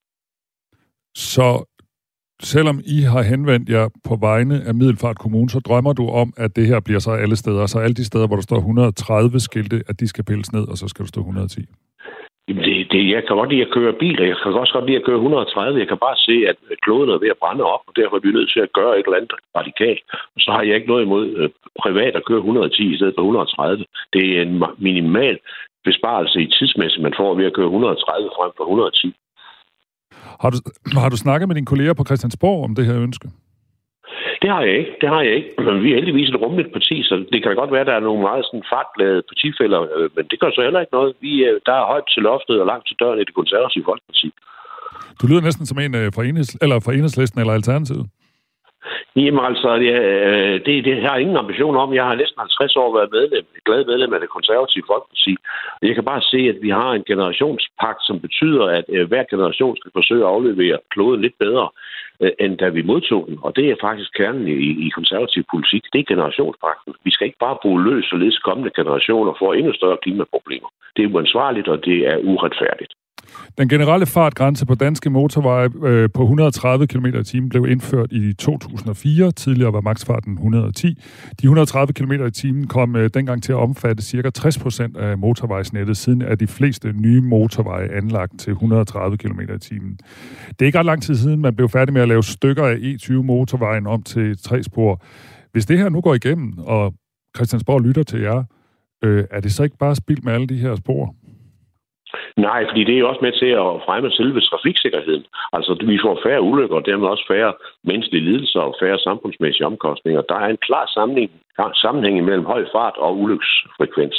Så selvom I har henvendt jer på vegne af Middelfart Kommune, så drømmer du om, at det her bliver så alle steder. Så alle de steder, hvor der står 130 skilte, at de skal pilles ned, og så skal der stå 110. Jeg kan godt lide at køre bil, jeg kan også godt lide at køre 130. Jeg kan bare se, at kloden er ved at brænde op, og derfor er vi nødt til at gøre et eller andet radikalt. Og så har jeg ikke noget imod privat at køre 110 i stedet for 130. Det er en minimal besparelse i tidsmæssigt, man får ved at køre 130 frem for 110. Har du snakket med dine kolleger på Christiansborg om det her ønske? Det har jeg ikke. Men vi er heldigvis et rummeligt parti, så det kan da godt være, at der er nogle meget sådan fartglade partifæller, men det gør så heller ikke noget. Der er højt til loftet og langt til døren i det konservative folkeparti. Du lyder næsten som en fra Enhedslisten eller Alternativet. Jamen altså, det har jeg ingen ambition om. Jeg har næsten 50 år været glad medlem af det konservative folkeparti. Jeg kan bare se, at vi har en generationspagt, som betyder, at hver generation skal forsøge at aflevere kloden lidt bedre, end da vi modtog den. Og det er faktisk kernen i konservativ politik. Det er generationspagten. Vi skal ikke bare bruge løs, således kommende generationer får endnu større klimaproblemer. Det er uansvarligt, og det er uretfærdigt. Den generelle fartgrænse på danske motorveje på 130 km/t blev indført i 2004. Tidligere var maksfarten 110. De 130 km/t kom dengang til at omfatte ca. 60% af motorvejsnettet, siden er de fleste nye motorveje anlagt til 130 km/t. Det er ikke ret lang tid siden, man blev færdig med at lave stykker af E20-motorvejen om til 3 spor. Hvis det her nu går igennem, og Christiansborg lytter til jer, er det så ikke bare spild med alle de her spor? Nej, fordi det er jo også med til at fremme selve trafiksikkerheden. Altså, vi får færre ulykker, og dermed også færre menneskelige lidelser og færre samfundsmæssige omkostninger. Der er en klar sammenhæng mellem høj fart og ulyksfrekvens.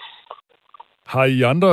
Har I andre...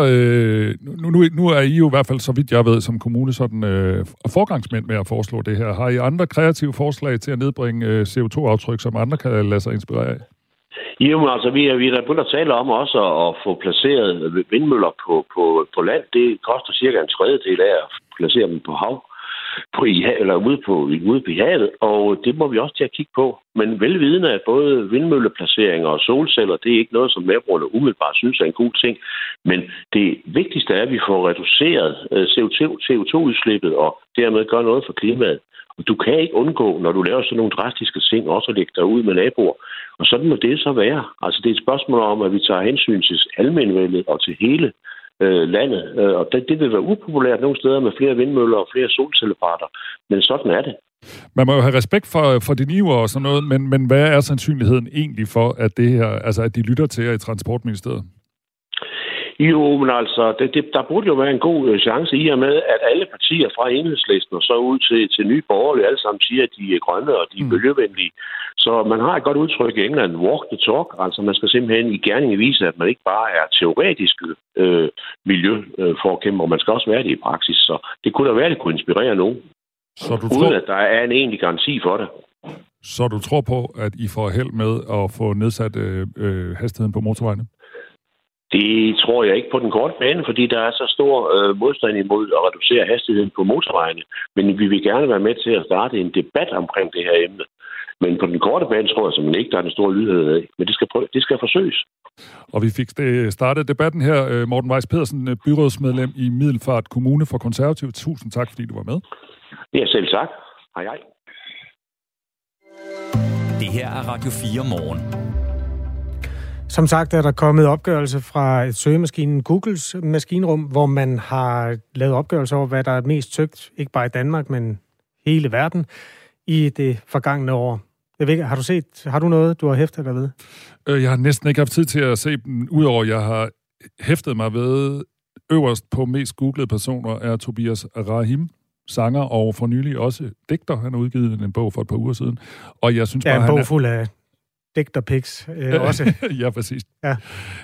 Nu er I jo i hvert fald, så vidt jeg ved, som kommune sådan forgangsmænd med at foreslå det her. Har I andre kreative forslag til at nedbringe CO2-aftryk, som andre kan lade sig inspirere af? Jamen altså, vi er der begyndt at tale om også at få placeret vindmøller på land. Det koster cirka en tredjedel af at placere dem på hav, eller ude på havet, og det må vi også til at kigge på. Men velvidende, at både vindmølleplaceringer og solceller, det er ikke noget, som naboerne umiddelbart synes er en god ting. Men det vigtigste er, at vi får reduceret CO2-udslippet og dermed gør noget for klimaet. Og du kan ikke undgå, når du laver sådan nogle drastiske ting, også at lægge dig ud med naboer. Og sådan må det så være. Altså det er et spørgsmål om, at vi tager hensyn til almenvældet og til hele landet. Og det vil være upopulært nogle steder med flere vindmøller og flere solcelleparter. Men sådan er det. Man må jo have respekt for de niver og sådan noget, men hvad er sandsynligheden egentlig for, at det her, altså at de lytter til jer i Transportministeriet? Jo, men altså, der burde jo være en god chance i og med, at alle partier fra Enhedslisten og så ud til Nye Borgerlige alle sammen siger, at de er grønne og de er miljøvenlige. Så man har et godt udtryk i England, walk the talk. Altså man skal simpelthen i gerning vise, at man ikke bare er teoretiske miljøforkæmper, man skal også være det i praksis. Så det kunne da være, at det kunne inspirere nogen. Uden at der er en egentlig garanti for det. Så du tror på, at I får held med at få nedsat hastigheden på motorvejene? Det tror jeg ikke på den korte bane, fordi der er så stor modstand imod at reducere hastigheden på motorvejene. Men vi vil gerne være med til at starte en debat omkring det her emne. Men på den korte bane tror jeg simpelthen ikke, der er den store lydhed af. Men det skal forsøges. Og vi fik startet debatten her. Morten Weiss Pedersen, byrådsmedlem i Middelfart Kommune for Konservative. Tusind tak, fordi du var med. Ja, selv tak. Hej hej. Det her er Radio 4 morgen. Som sagt er der kommet opgørelse fra søgemaskinen Googles maskinrum, hvor man har lavet opgørelser over, hvad der er mest søgt, ikke bare i Danmark, men hele verden, i det forgangne år. Jeg ved ikke, har du noget, du har hæftet dig ved? Jeg har næsten ikke haft tid til at se dem, udover jeg har hæftet mig ved øverst på mest googlede personer er Tobias Rahim, sanger og for nylig også digter. Han har udgivet en bog for et par uger siden. Og jeg synes bare, en bog fuld af digterpics også. Ja, præcis. Ja.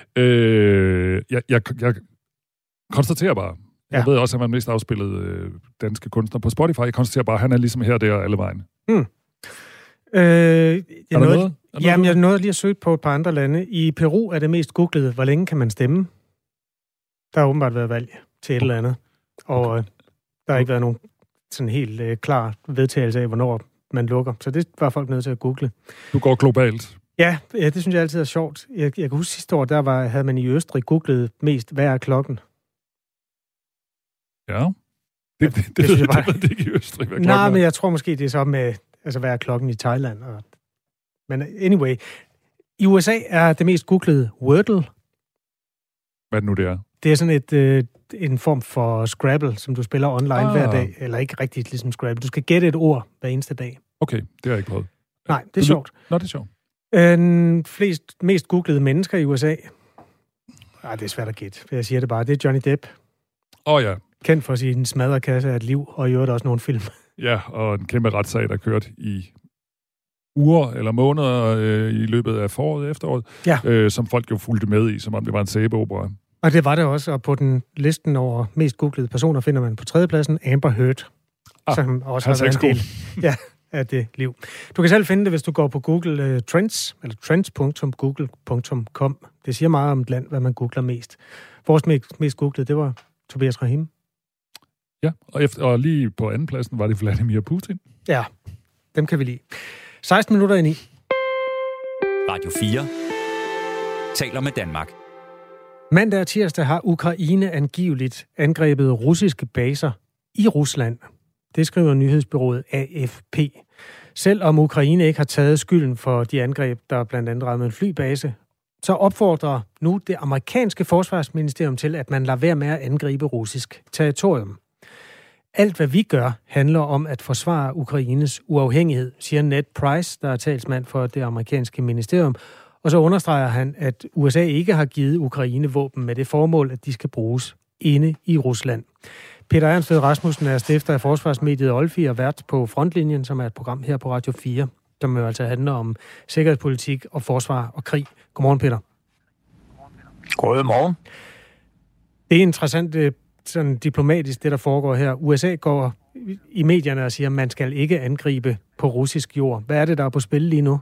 Jeg konstaterer bare, jeg ved også, at man mest afspillede danske kunstnere på Spotify. Jeg konstaterer bare, at han er ligesom her, der alle vejen. Jeg nåede lige at søge på et par andre lande. I Peru er det mest googlede, hvor længe kan man stemme? Der har åbenbart været valg til et eller andet. Og der har ikke været nogen sådan helt klar vedtagelse af, hvornår man lukker. Så det var folk nødt til at google. Du går globalt. Ja, det synes jeg altid er sjovt. Jeg kan huske sidste år, havde man i Østrig googlet mest, hvad er klokken? Ja. Det synes jeg bare. Det ikke i Østrig, hvad nej, men jeg tror måske, det er så med, altså hvad er klokken i Thailand? Men anyway, i USA er det mest googlede Wordle. Hvad nu det er? Det er sådan en form for Scrabble, som du spiller online hver dag. Eller ikke rigtigt ligesom Scrabble. Du skal gætte et ord hver eneste dag. Okay, det har jeg ikke prøvet. Nej, det er sjovt. Nå, det er sjovt. Mest googlede mennesker i USA. Det er svært at gætte. Jeg siger det bare. Det er Johnny Depp. Ja. Kendt for sin smadrekasse af et liv, og i øvrigt også nogle film. Ja, og en kæmpe retssag, der kørt i uger eller måneder i løbet af foråret, efteråret, som folk jo fulgte med i, som om det var en sæbeopera. Og det var det også, og på den listen over mest googlede personer finder man på tredjepladsen Amber Heard, som også har været en del af det liv. Du kan selv finde det, hvis du går på Google Trends, eller trends.google.com. Det siger meget om et land, hvad man googler mest. Vores mest googlede, det var Tobias Rahim. Ja, og lige på andenpladsen var det Vladimir Putin. Ja, dem kan vi lide. 16 minutter ind i. Radio 4 taler med Danmark. Mandag og tirsdag har Ukraine angiveligt angrebet russiske baser i Rusland. Det skriver nyhedsbureauet AFP. Selvom Ukraine ikke har taget skylden for de angreb, der blandt andet ramte en flybase, så opfordrer nu det amerikanske forsvarsministerium til, at man lader være med at angribe russisk territorium. Alt, hvad vi gør, handler om at forsvare Ukraines uafhængighed, siger Ned Price, der er talsmand for det amerikanske ministerium. Og så understreger han, at USA ikke har givet Ukraine våben med det formål, at de skal bruges inde i Rusland. Peter Ernst Rasmussen er stifter af forsvarsmediet Olfi og vært på Frontlinjen, som er et program her på Radio 4, som jo altså handler om sikkerhedspolitik og forsvar og krig. Godmorgen, Peter. Godmorgen. Det er interessant sådan diplomatisk, det der foregår her. USA går i medierne og siger, at man skal ikke angribe på russisk jord. Hvad er det, der er på spil lige nu?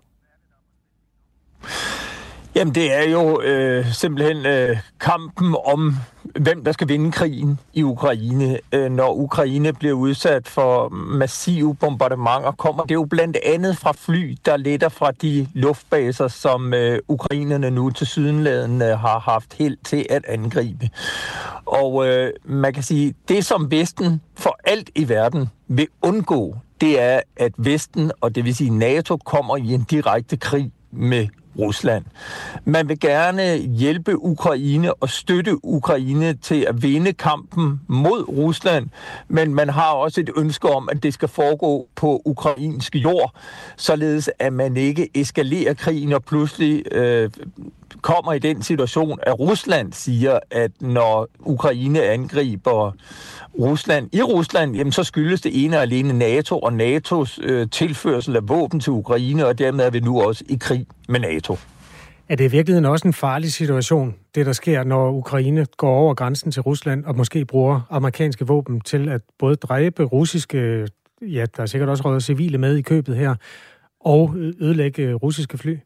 Jamen, det er jo simpelthen kampen om, hvem der skal vinde krigen i Ukraine. Når Ukraine bliver udsat for massive bombardementer, kommer det jo blandt andet fra fly, der letter fra de luftbaser, som ukrainerne nu til sydenladende har haft held til at angribe. Og man kan sige, det som Vesten for alt i verden vil undgå, det er, at Vesten, og det vil sige NATO, kommer i en direkte krig med Rusland. Man vil gerne hjælpe Ukraine og støtte Ukraine til at vinde kampen mod Rusland, men man har også et ønske om, at det skal foregå på ukrainsk jord, således at man ikke eskalerer krigen og pludselig kommer i den situation, at Rusland siger, at når Ukraine angriber Rusland i Rusland, jamen så skyldes det ene og alene NATO og NATO's tilførsel af våben til Ukraine, og dermed er vi nu også i krig med NATO. Er det i virkeligheden også en farlig situation, det der sker, når Ukraine går over grænsen til Rusland og måske bruger amerikanske våben til at både dræbe russiske, ja, der er sikkert også røget civile med i købet her, og ødelægge russiske fly?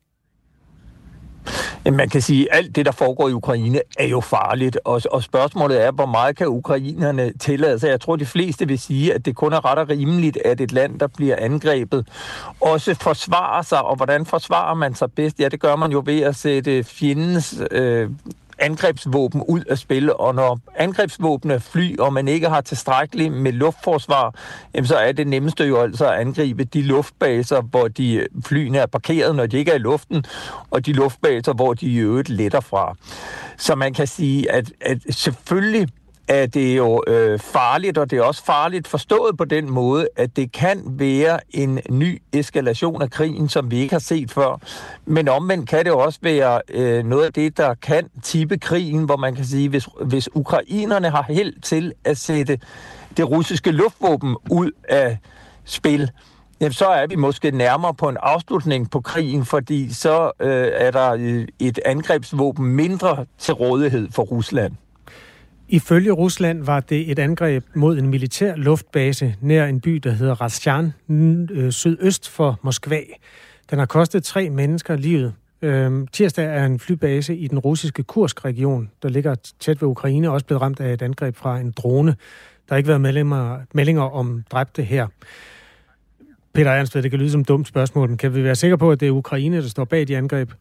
Man kan sige, at alt det, der foregår i Ukraine, er jo farligt, og spørgsmålet er, hvor meget kan ukrainerne tillade sig. Jeg tror, de fleste vil sige, at det kun er ret og rimeligt, at et land, der bliver angrebet, også forsvarer sig, og hvordan forsvarer man sig bedst? Ja, det gør man jo ved at sætte fjendens angrebsvåben ud af spil, og når angrebsvåben er fly, og man ikke har tilstrækkeligt med luftforsvar, jamen så er det nemmeste jo altså at angribe de luftbaser, hvor de flyene er parkeret, når de ikke er i luften, og de luftbaser, hvor de i øvrigt letter fra. Så man kan sige, at selvfølgelig er det jo farligt, og det er også farligt forstået på den måde, at det kan være en ny eskalation af krigen, som vi ikke har set før. Men omvendt kan det også være noget af det, der kan tippe krigen, hvor man kan sige, hvis ukrainerne har held til at sætte det russiske luftvåben ud af spil, jamen, så er vi måske nærmere på en afslutning på krigen, fordi så er der et angrebsvåben mindre til rådighed for Rusland. Ifølge Rusland var det et angreb mod en militær luftbase nær en by, der hedder Razjan, sydøst for Moskva. Den har kostet 3 mennesker livet. Tirsdag er en flybase i den russiske Kursk-region, der ligger tæt ved Ukraine, også blevet ramt af et angreb fra en drone. Der har ikke været meldinger om dræbte her. Peter Ernst, det kan lyde som et dumt spørgsmål, men kan vi være sikre på, at det er Ukraine, der står bag de angreb?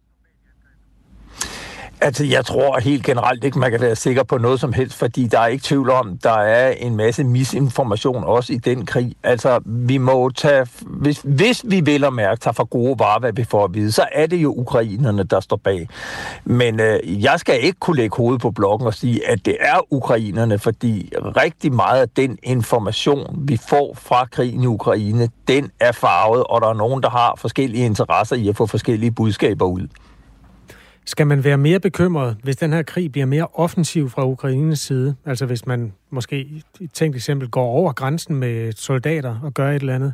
Altså, jeg tror helt generelt ikke, man kan være sikker på noget som helst, fordi der er ikke tvivl om, der er en masse misinformation også i den krig. Altså, vi må tage, hvis vi vil og mærke, tager for gode varer, hvad vi får at vide, så er det jo ukrainerne, der står bag. Men jeg skal ikke kunne lægge hovedet på blokken og sige, at det er ukrainerne, fordi rigtig meget af den information, vi får fra krigen i Ukraine, den er farvet, og der er nogen, der har forskellige interesser i at få forskellige budskaber ud. Skal man være mere bekymret, hvis den her krig bliver mere offensiv fra Ukraines side? Altså hvis man måske, et tænkt eksempel, går over grænsen med soldater og gør et eller andet?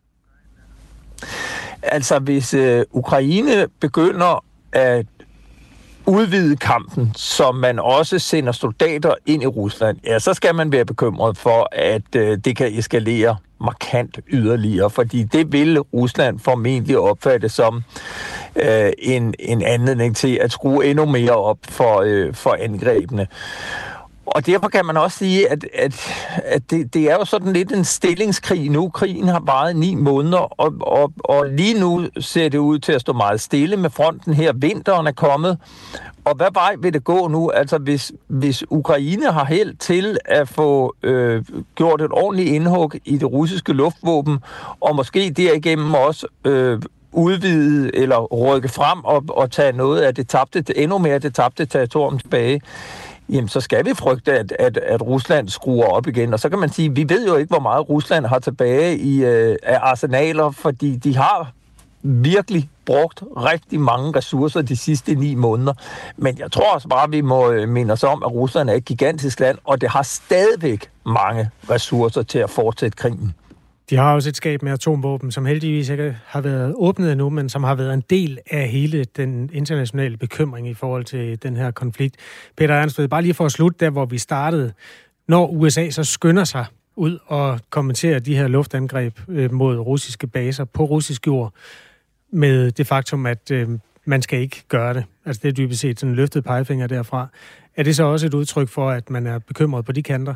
Altså hvis Ukraine begynder at udvide kampen, så man også sender soldater ind i Rusland, ja, så skal man være bekymret for, at det kan eskalere markant yderligere, fordi det vil Rusland formentlig opfatte som en anledning til at skrue endnu mere op for angrebene. Og derfor kan man også sige, at det er jo sådan lidt en stillingskrig nu. Krigen har varet 9 måneder, og lige nu ser det ud til at stå meget stille med fronten her. Vinteren er kommet, og hvad vej vil det gå nu? Altså hvis Ukraine har held til at få gjort et ordentligt indhug i det russiske luftvåben, og måske derigennem også udvide eller rykke frem og tage noget af endnu mere det tabte territorium tilbage, jamen så skal vi frygte, at Rusland skruer op igen. Og så kan man sige, vi ved jo ikke, hvor meget Rusland har tilbage af arsenaler, fordi de har virkelig brugt rigtig mange ressourcer de sidste 9 måneder. Men jeg tror også bare, vi må minde os om, at Rusland er et gigantisk land, og det har stadigvæk mange ressourcer til at fortsætte krigen. De har også et skab med atomvåben, som heldigvis ikke har været åbnet endnu, men som har været en del af hele den internationale bekymring i forhold til den her konflikt. Peter Ernstved, bare lige for at slutte der, hvor vi startede. Når USA så skynder sig ud og kommenterer de her luftangreb mod russiske baser på russisk jord, med det faktum, at man skal ikke gøre det. Altså det er dybest set sådan en løftet pegefinger derfra. Er det så også et udtryk for, at man er bekymret på de kanter?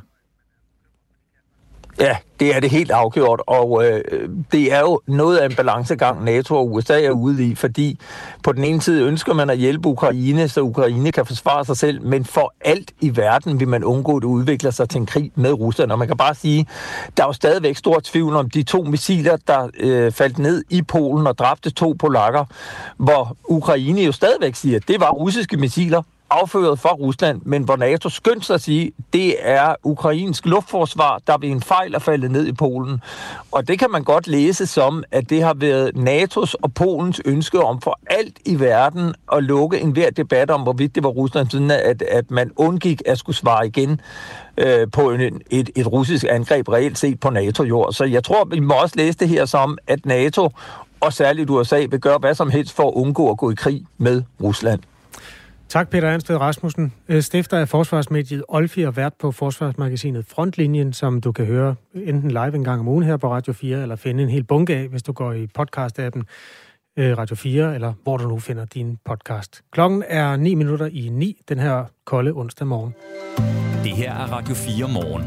Ja, det er det helt afgjort, og det er jo noget af en balancegang, NATO og USA er ude i, fordi på den ene side ønsker man at hjælpe Ukraine, så Ukraine kan forsvare sig selv, men for alt i verden vil man undgå, at det udvikler sig til en krig med Rusland. Og man kan bare sige, der er jo stadigvæk stor tvivl om de 2 missiler, der faldt ned i Polen og dræbte 2 polakker, hvor Ukraine jo stadigvæk siger, at det var russiske missiler, afføret fra Rusland, men hvor NATO skyndte sig at sige, det er ukrainsk luftforsvar, der ved en fejl er faldet ned i Polen. Og det kan man godt læse som, at det har været NATO's og Polens ønske om for alt i verden at lukke enhver debat om, hvorvidt det var Rusland, sådan at man undgik at skulle svare igen på et russisk angreb reelt set på NATO-jord. Så jeg tror, vi må også læse det her som, at NATO og særligt USA vil gøre hvad som helst for at undgå at gå i krig med Rusland. Tak, Peter Ernstved Rasmussen, stifter af forsvarsmediet Olfi og vært på forsvarsmagasinet Frontlinjen, som du kan høre enten live en gang om ugen her på Radio 4, eller finde en hel bunke af, hvis du går i podcast-appen Radio 4, eller hvor du nu finder din podcast. Klokken er 9:09 den her kolde onsdag morgen. Det her er Radio 4 morgen.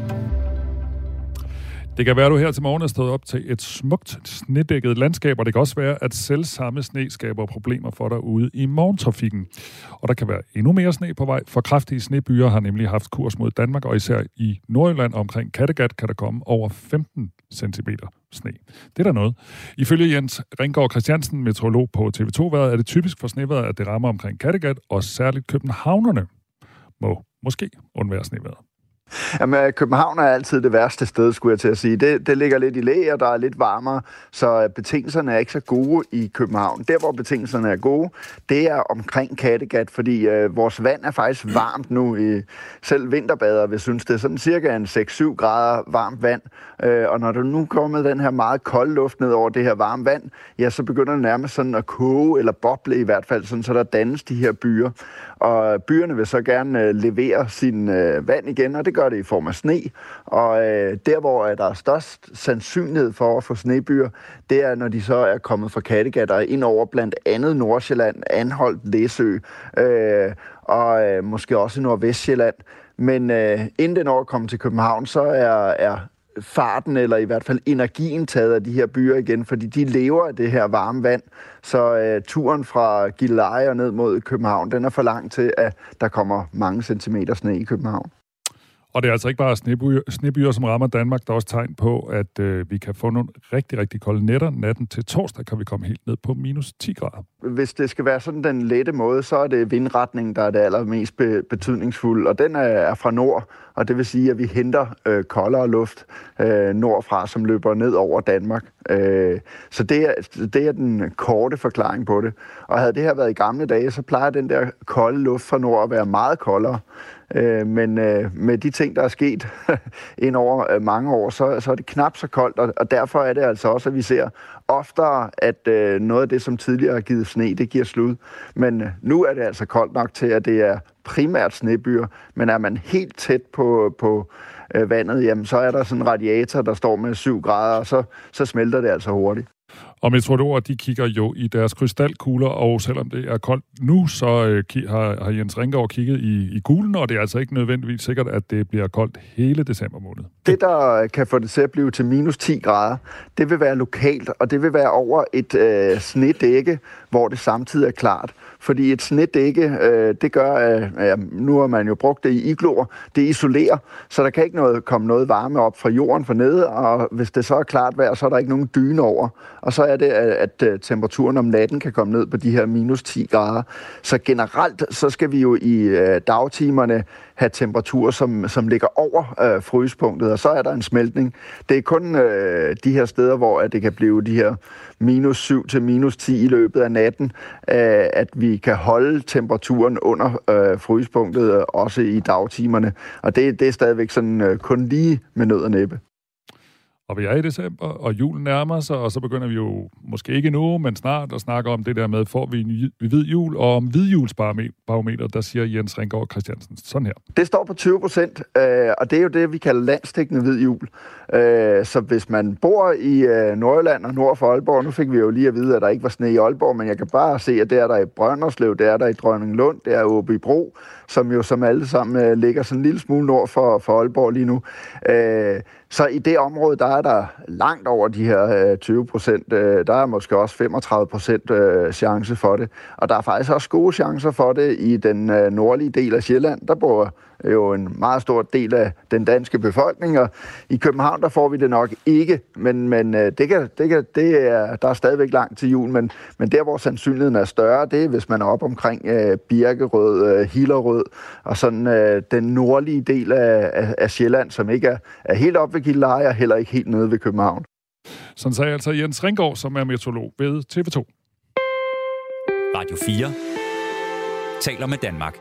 Det kan være, at du her til morgen er stået op til et smukt snedækket landskab, og det kan også være, at selv samme sne skaber problemer for dig ude i morgentrafikken. Og der kan være endnu mere sne på vej, for kraftige snebyer har nemlig haft kurs mod Danmark, og især i Nordjylland omkring Kattegat kan der komme over 15 cm sne. Det er der noget. Ifølge Jens Ringgaard Christiansen, meteorolog på TV2-vejret, er det typisk for snevejret, at det rammer omkring Kattegat, og særligt københavnerne må måske undvære snevejret. Jamen, København er altid det værste sted, skulle jeg til at sige. Det ligger lidt i læ, og der er lidt varmere, så betingelserne er ikke så gode i København. Der, hvor betingelserne er gode, det er omkring Kattegat, fordi vores vand er faktisk varmt nu. Selv vinterbader vil synes, det er sådan cirka en 6-7 grader varmt vand. Og når der nu kommer den her meget kolde luft ned over det her varme vand, ja, så begynder det nærmest sådan at koge, eller boble i hvert fald, sådan, så der dannes de her byer. Og byerne vil så gerne levere sin vand igen, og det gør det i form af sne. Og der, hvor der er størst sandsynlighed for at få snebyer, det er, når de så er kommet fra Kattegat og ind over blandt andet Nordsjælland, Anholt, Læsø og måske også Nordvestsjælland. Men inden det når at komme til København, så er farten, eller i hvert fald energien taget af de her byer igen, fordi de lever af det her varme vand. Så turen fra Gilleleje og ned mod København, den er for lang til, at der kommer mange centimeter sne i København. Og det er altså ikke bare snebyer, som rammer Danmark. Der er også tegn på, at vi kan få nogle rigtig, rigtig kolde nætter. Natten til torsdag kan vi komme helt ned på minus 10 grader. Hvis det skal være sådan den lette måde, så er det vindretningen, der er det allermest betydningsfulde. Og den er fra nord, og det vil sige, at vi henter koldere luft nordfra, som løber ned over Danmark. Så det er den korte forklaring på det. Og havde det her været i gamle dage, så plejer den der kolde luft fra nord at være meget koldere. Men med de ting, der er sket ind over mange år, så er det knap så koldt, og derfor er det altså også, at vi ser oftere, at noget af det, som tidligere har givet sne, det giver slud. Men nu er det altså koldt nok til, at det er primært snebyer, men er man helt tæt på vandet, jamen så er der sådan en radiator, der står med 7 grader, og så smelter det altså hurtigt. Og meteorologer, de kigger jo i deres krystalkugler, og selvom det er koldt nu, så har Jens Ringgaard kigget i kuglen, og det er altså ikke nødvendigvis sikkert, at det bliver koldt hele december måned. Det, der kan få det til at blive til minus 10 grader, det vil være lokalt, og det vil være over et snedække, hvor det samtidig er klart. Fordi et snedække, det gør, nu har man jo brugt det i igloer, det isolerer, så der kan ikke komme noget varme op fra jorden for nede, og hvis det så er klart vejr, så er der ikke nogen dyne over. Og så er er det, at temperaturen om natten kan komme ned på de her minus 10 grader. Så generelt, så skal vi jo i dagtimerne have temperaturer, som ligger over frysepunktet, og så er der en smeltning. Det er kun de her steder, hvor det kan blive de her minus 7 til minus 10 i løbet af natten, at vi kan holde temperaturen under frysepunktet, også i dagtimerne. Og det er stadigvæk sådan kun lige med nød og næppe. Og vi er i december, og julen nærmer sig, og så begynder vi jo måske ikke nu, men snart at snakke om det der med, får vi en hvid jul, og om hvidjulsbarometer, der siger Jens Ringgaard Christiansen sådan her. Det står på 20%, og det er jo det, vi kalder landsdækkende hvid jul. Så hvis man bor i Nordjylland og nord for Aalborg, nu fik vi jo lige at vide, at der ikke var sne i Aalborg, men jeg kan bare se, at det er der i Brønderslev, det er der i Dronninglund, det er Åbybro, som alle sammen ligger sådan en lille smule nord for Aalborg lige nu. Så i det område, der er der langt over de her 20%. Der er måske også 35% chance for det. Og der er faktisk også gode chancer for det i den nordlige del af Sjælland. Der bor jo en meget stor del af den danske befolkning, og i København, der får vi det nok ikke, men der er stadigvæk langt til jul, men der, hvor sandsynligheden er større, det er, hvis man er op omkring Birkerød, Hillerød, og sådan den nordlige del af Sjælland, som ikke er helt op ved Gilleleje, og heller ikke helt nede ved København. Sådan sagde altså Jens Ringgaard, som er meteorolog ved TV2. Radio 4 taler med Danmark.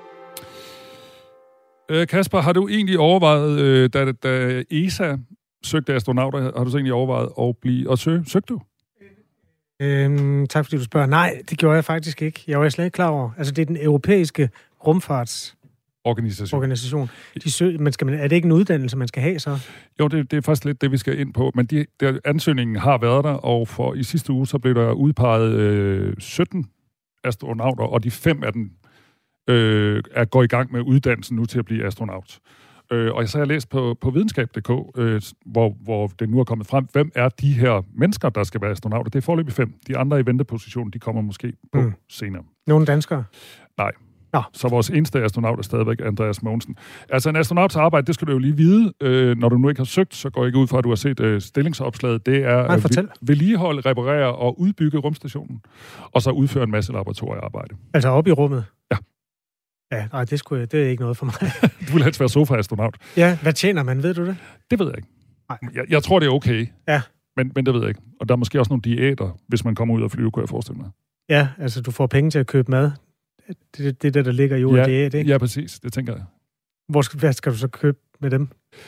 Kasper, har du egentlig overvejet, da ESA søgte astronauter, har du så egentlig overvejet at søge? Søgte du? Tak fordi du spørger. Nej, det gjorde jeg faktisk ikke. Jeg var slet ikke klar over. Altså, det er den europæiske rumfartsorganisation. Er det ikke en uddannelse, man skal have så? Jo, det er faktisk lidt det, vi skal ind på. Men ansøgningen har været der, og i sidste uge så blev der udpeget 17 astronauter, og de 5 af dem går i gang med uddannelsen nu til at blive astronaut. Og så har jeg læst på videnskab.dk, hvor det nu er kommet frem, hvem er de her mennesker, der skal være astronauter. Det er foreløbig 5. De andre i venteposition, de kommer måske på senere. Nogle danskere? Nej. Så vores eneste astronaut er stadigvæk Andreas Mogensen. Altså en astronauts arbejde, det skal du jo lige vide. Når du nu ikke har søgt, så går jeg ikke ud fra, at du har set stillingsopslaget. Det er at vedligeholde, reparere og udbygge rumstationen. Og så udføre en masse laboratoriearbejde. Altså op i rummet? Ja. Ja, nej, det er ikke noget for mig. Du vil helst være sofa-astronaut. Ja, hvad tjener man? Ved du det? Det ved jeg ikke. Jeg tror, det er okay. Ja. Men det ved jeg ikke. Og der er måske også nogle diæter, hvis man kommer ud og flyve, kunne jeg forestille mig. Ja, altså du får penge til at købe mad. Det er det, der ligger i ordet diæt, ikke? Ja, præcis. Det tænker jeg. Hvad skal du så købe med dem?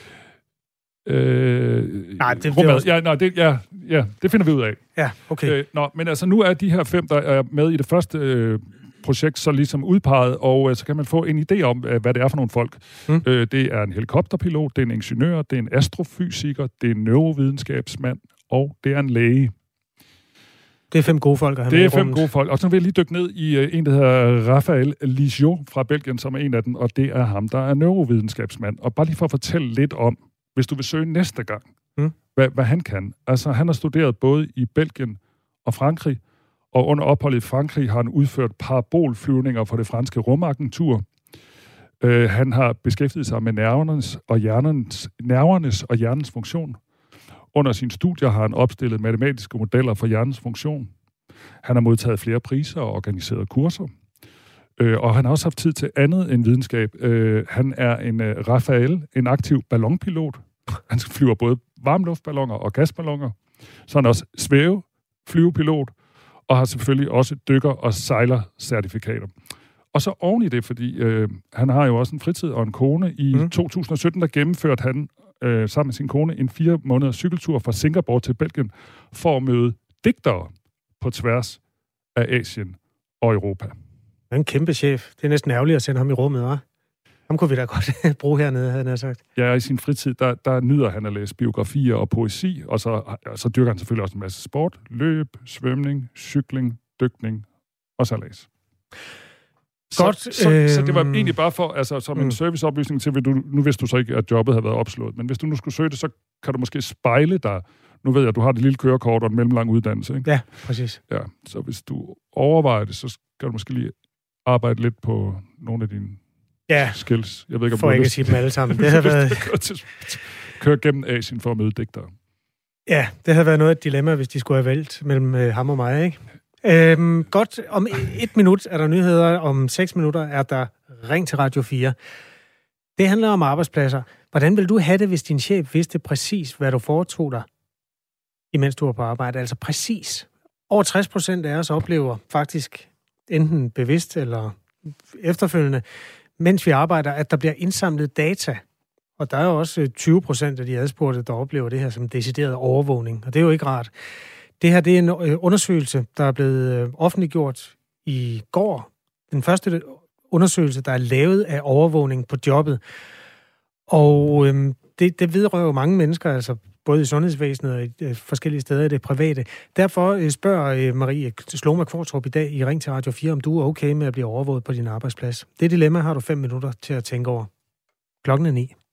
Det finder vi ud af. Ja, okay. Men altså nu er de her 5, der er med i det første projekt, så ligesom udpeget, og så kan man få en idé om, hvad det er for nogle folk. Det er en helikopterpilot, det er en ingeniør, det er en astrofysiker, det er en neurovidenskabsmand, og det er en læge. Det er 5 gode folk at have med i rummet. Det er 5 rummet. gode folk. Og så vil jeg lige dykke ned i en, der hedder Raphael Ligiot fra Belgien, som er en af dem, og det er ham, der er neurovidenskabsmand. Og bare lige for at fortælle lidt om, hvis du vil søge næste gang, hvad han kan. Altså, han har studeret både i Belgien og Frankrig, og under opholdet i Frankrig har han udført parabolflyvninger for det franske rumagentur. Han har beskæftiget sig med nervernes og hjernens funktion. Under sine studier har han opstillet matematiske modeller for hjernens funktion. Han har modtaget flere priser og organiseret kurser. Og han har også haft tid til andet end videnskab. Han er en Raphael, en aktiv ballonpilot. Han flyver både varmluftballoner og gasballoner. Så han er også flyvepilot, og har selvfølgelig også dykker- og sejlercertifikater. Og så oven i det, fordi han har jo også en fritid og en kone. I 2017, der gennemførte han sammen med sin kone en 4 måneders cykeltur fra Singapore til Belgien for at møde digtere på tværs af Asien og Europa. Han er en kæmpe chef. Det er næsten ærgerligt at sende ham i rummet, hva'? Ham kunne vi da godt bruge hernede, havde han sagt. Ja, i sin fritid, der nyder han at læse biografier og poesi, og så dyrker han selvfølgelig også en masse sport, løb, svømning, cykling, dykning og sejlads. Godt. Så det var egentlig bare for, altså som en serviceoplysning til, nu vidste du så ikke, at jobbet havde været opslået, men hvis du nu skulle søge det, så kan du måske spejle dig. Nu ved jeg, at du har det lille kørekort og en mellemlang uddannelse, ikke? Ja, præcis. Ja, så hvis du overvejer det, så skal du måske lige arbejde lidt på nogle af dine skills. Jeg ved ikke, om for ikke at sige dem alle sammen. Det har været... Køre gennem Asien for at møde digtere. Ja, det havde været noget af et dilemma, hvis de skulle have valgt mellem ham og mig, ikke? Godt, om 1 minut er der nyheder, om 6 minutter er der Ring til Radio 4. Det handler om arbejdspladser. Hvordan vil du have det, hvis din chef vidste præcis, hvad du foretog dig, imens du var på arbejde? Altså præcis. Over 60% af os oplever faktisk, enten bevidst eller efterfølgende, mens vi arbejder, at der bliver indsamlet data. Og der er jo også 20% af de adspurgte, der oplever det her som decideret overvågning. Og det er jo ikke rart. Det her, det er en undersøgelse, der er blevet offentliggjort i går. Den første undersøgelse, der er lavet af overvågning på jobbet. Og det vedrører jo mange mennesker, altså både i sundhedsvæsenet og i forskellige steder i det private. Derfor spørger Marie Sloma Kvartrup i dag i Ring til Radio 4, om du er okay med at blive overvåget på din arbejdsplads. Det dilemma har du 5 minutter til at tænke over. Klokken er 9.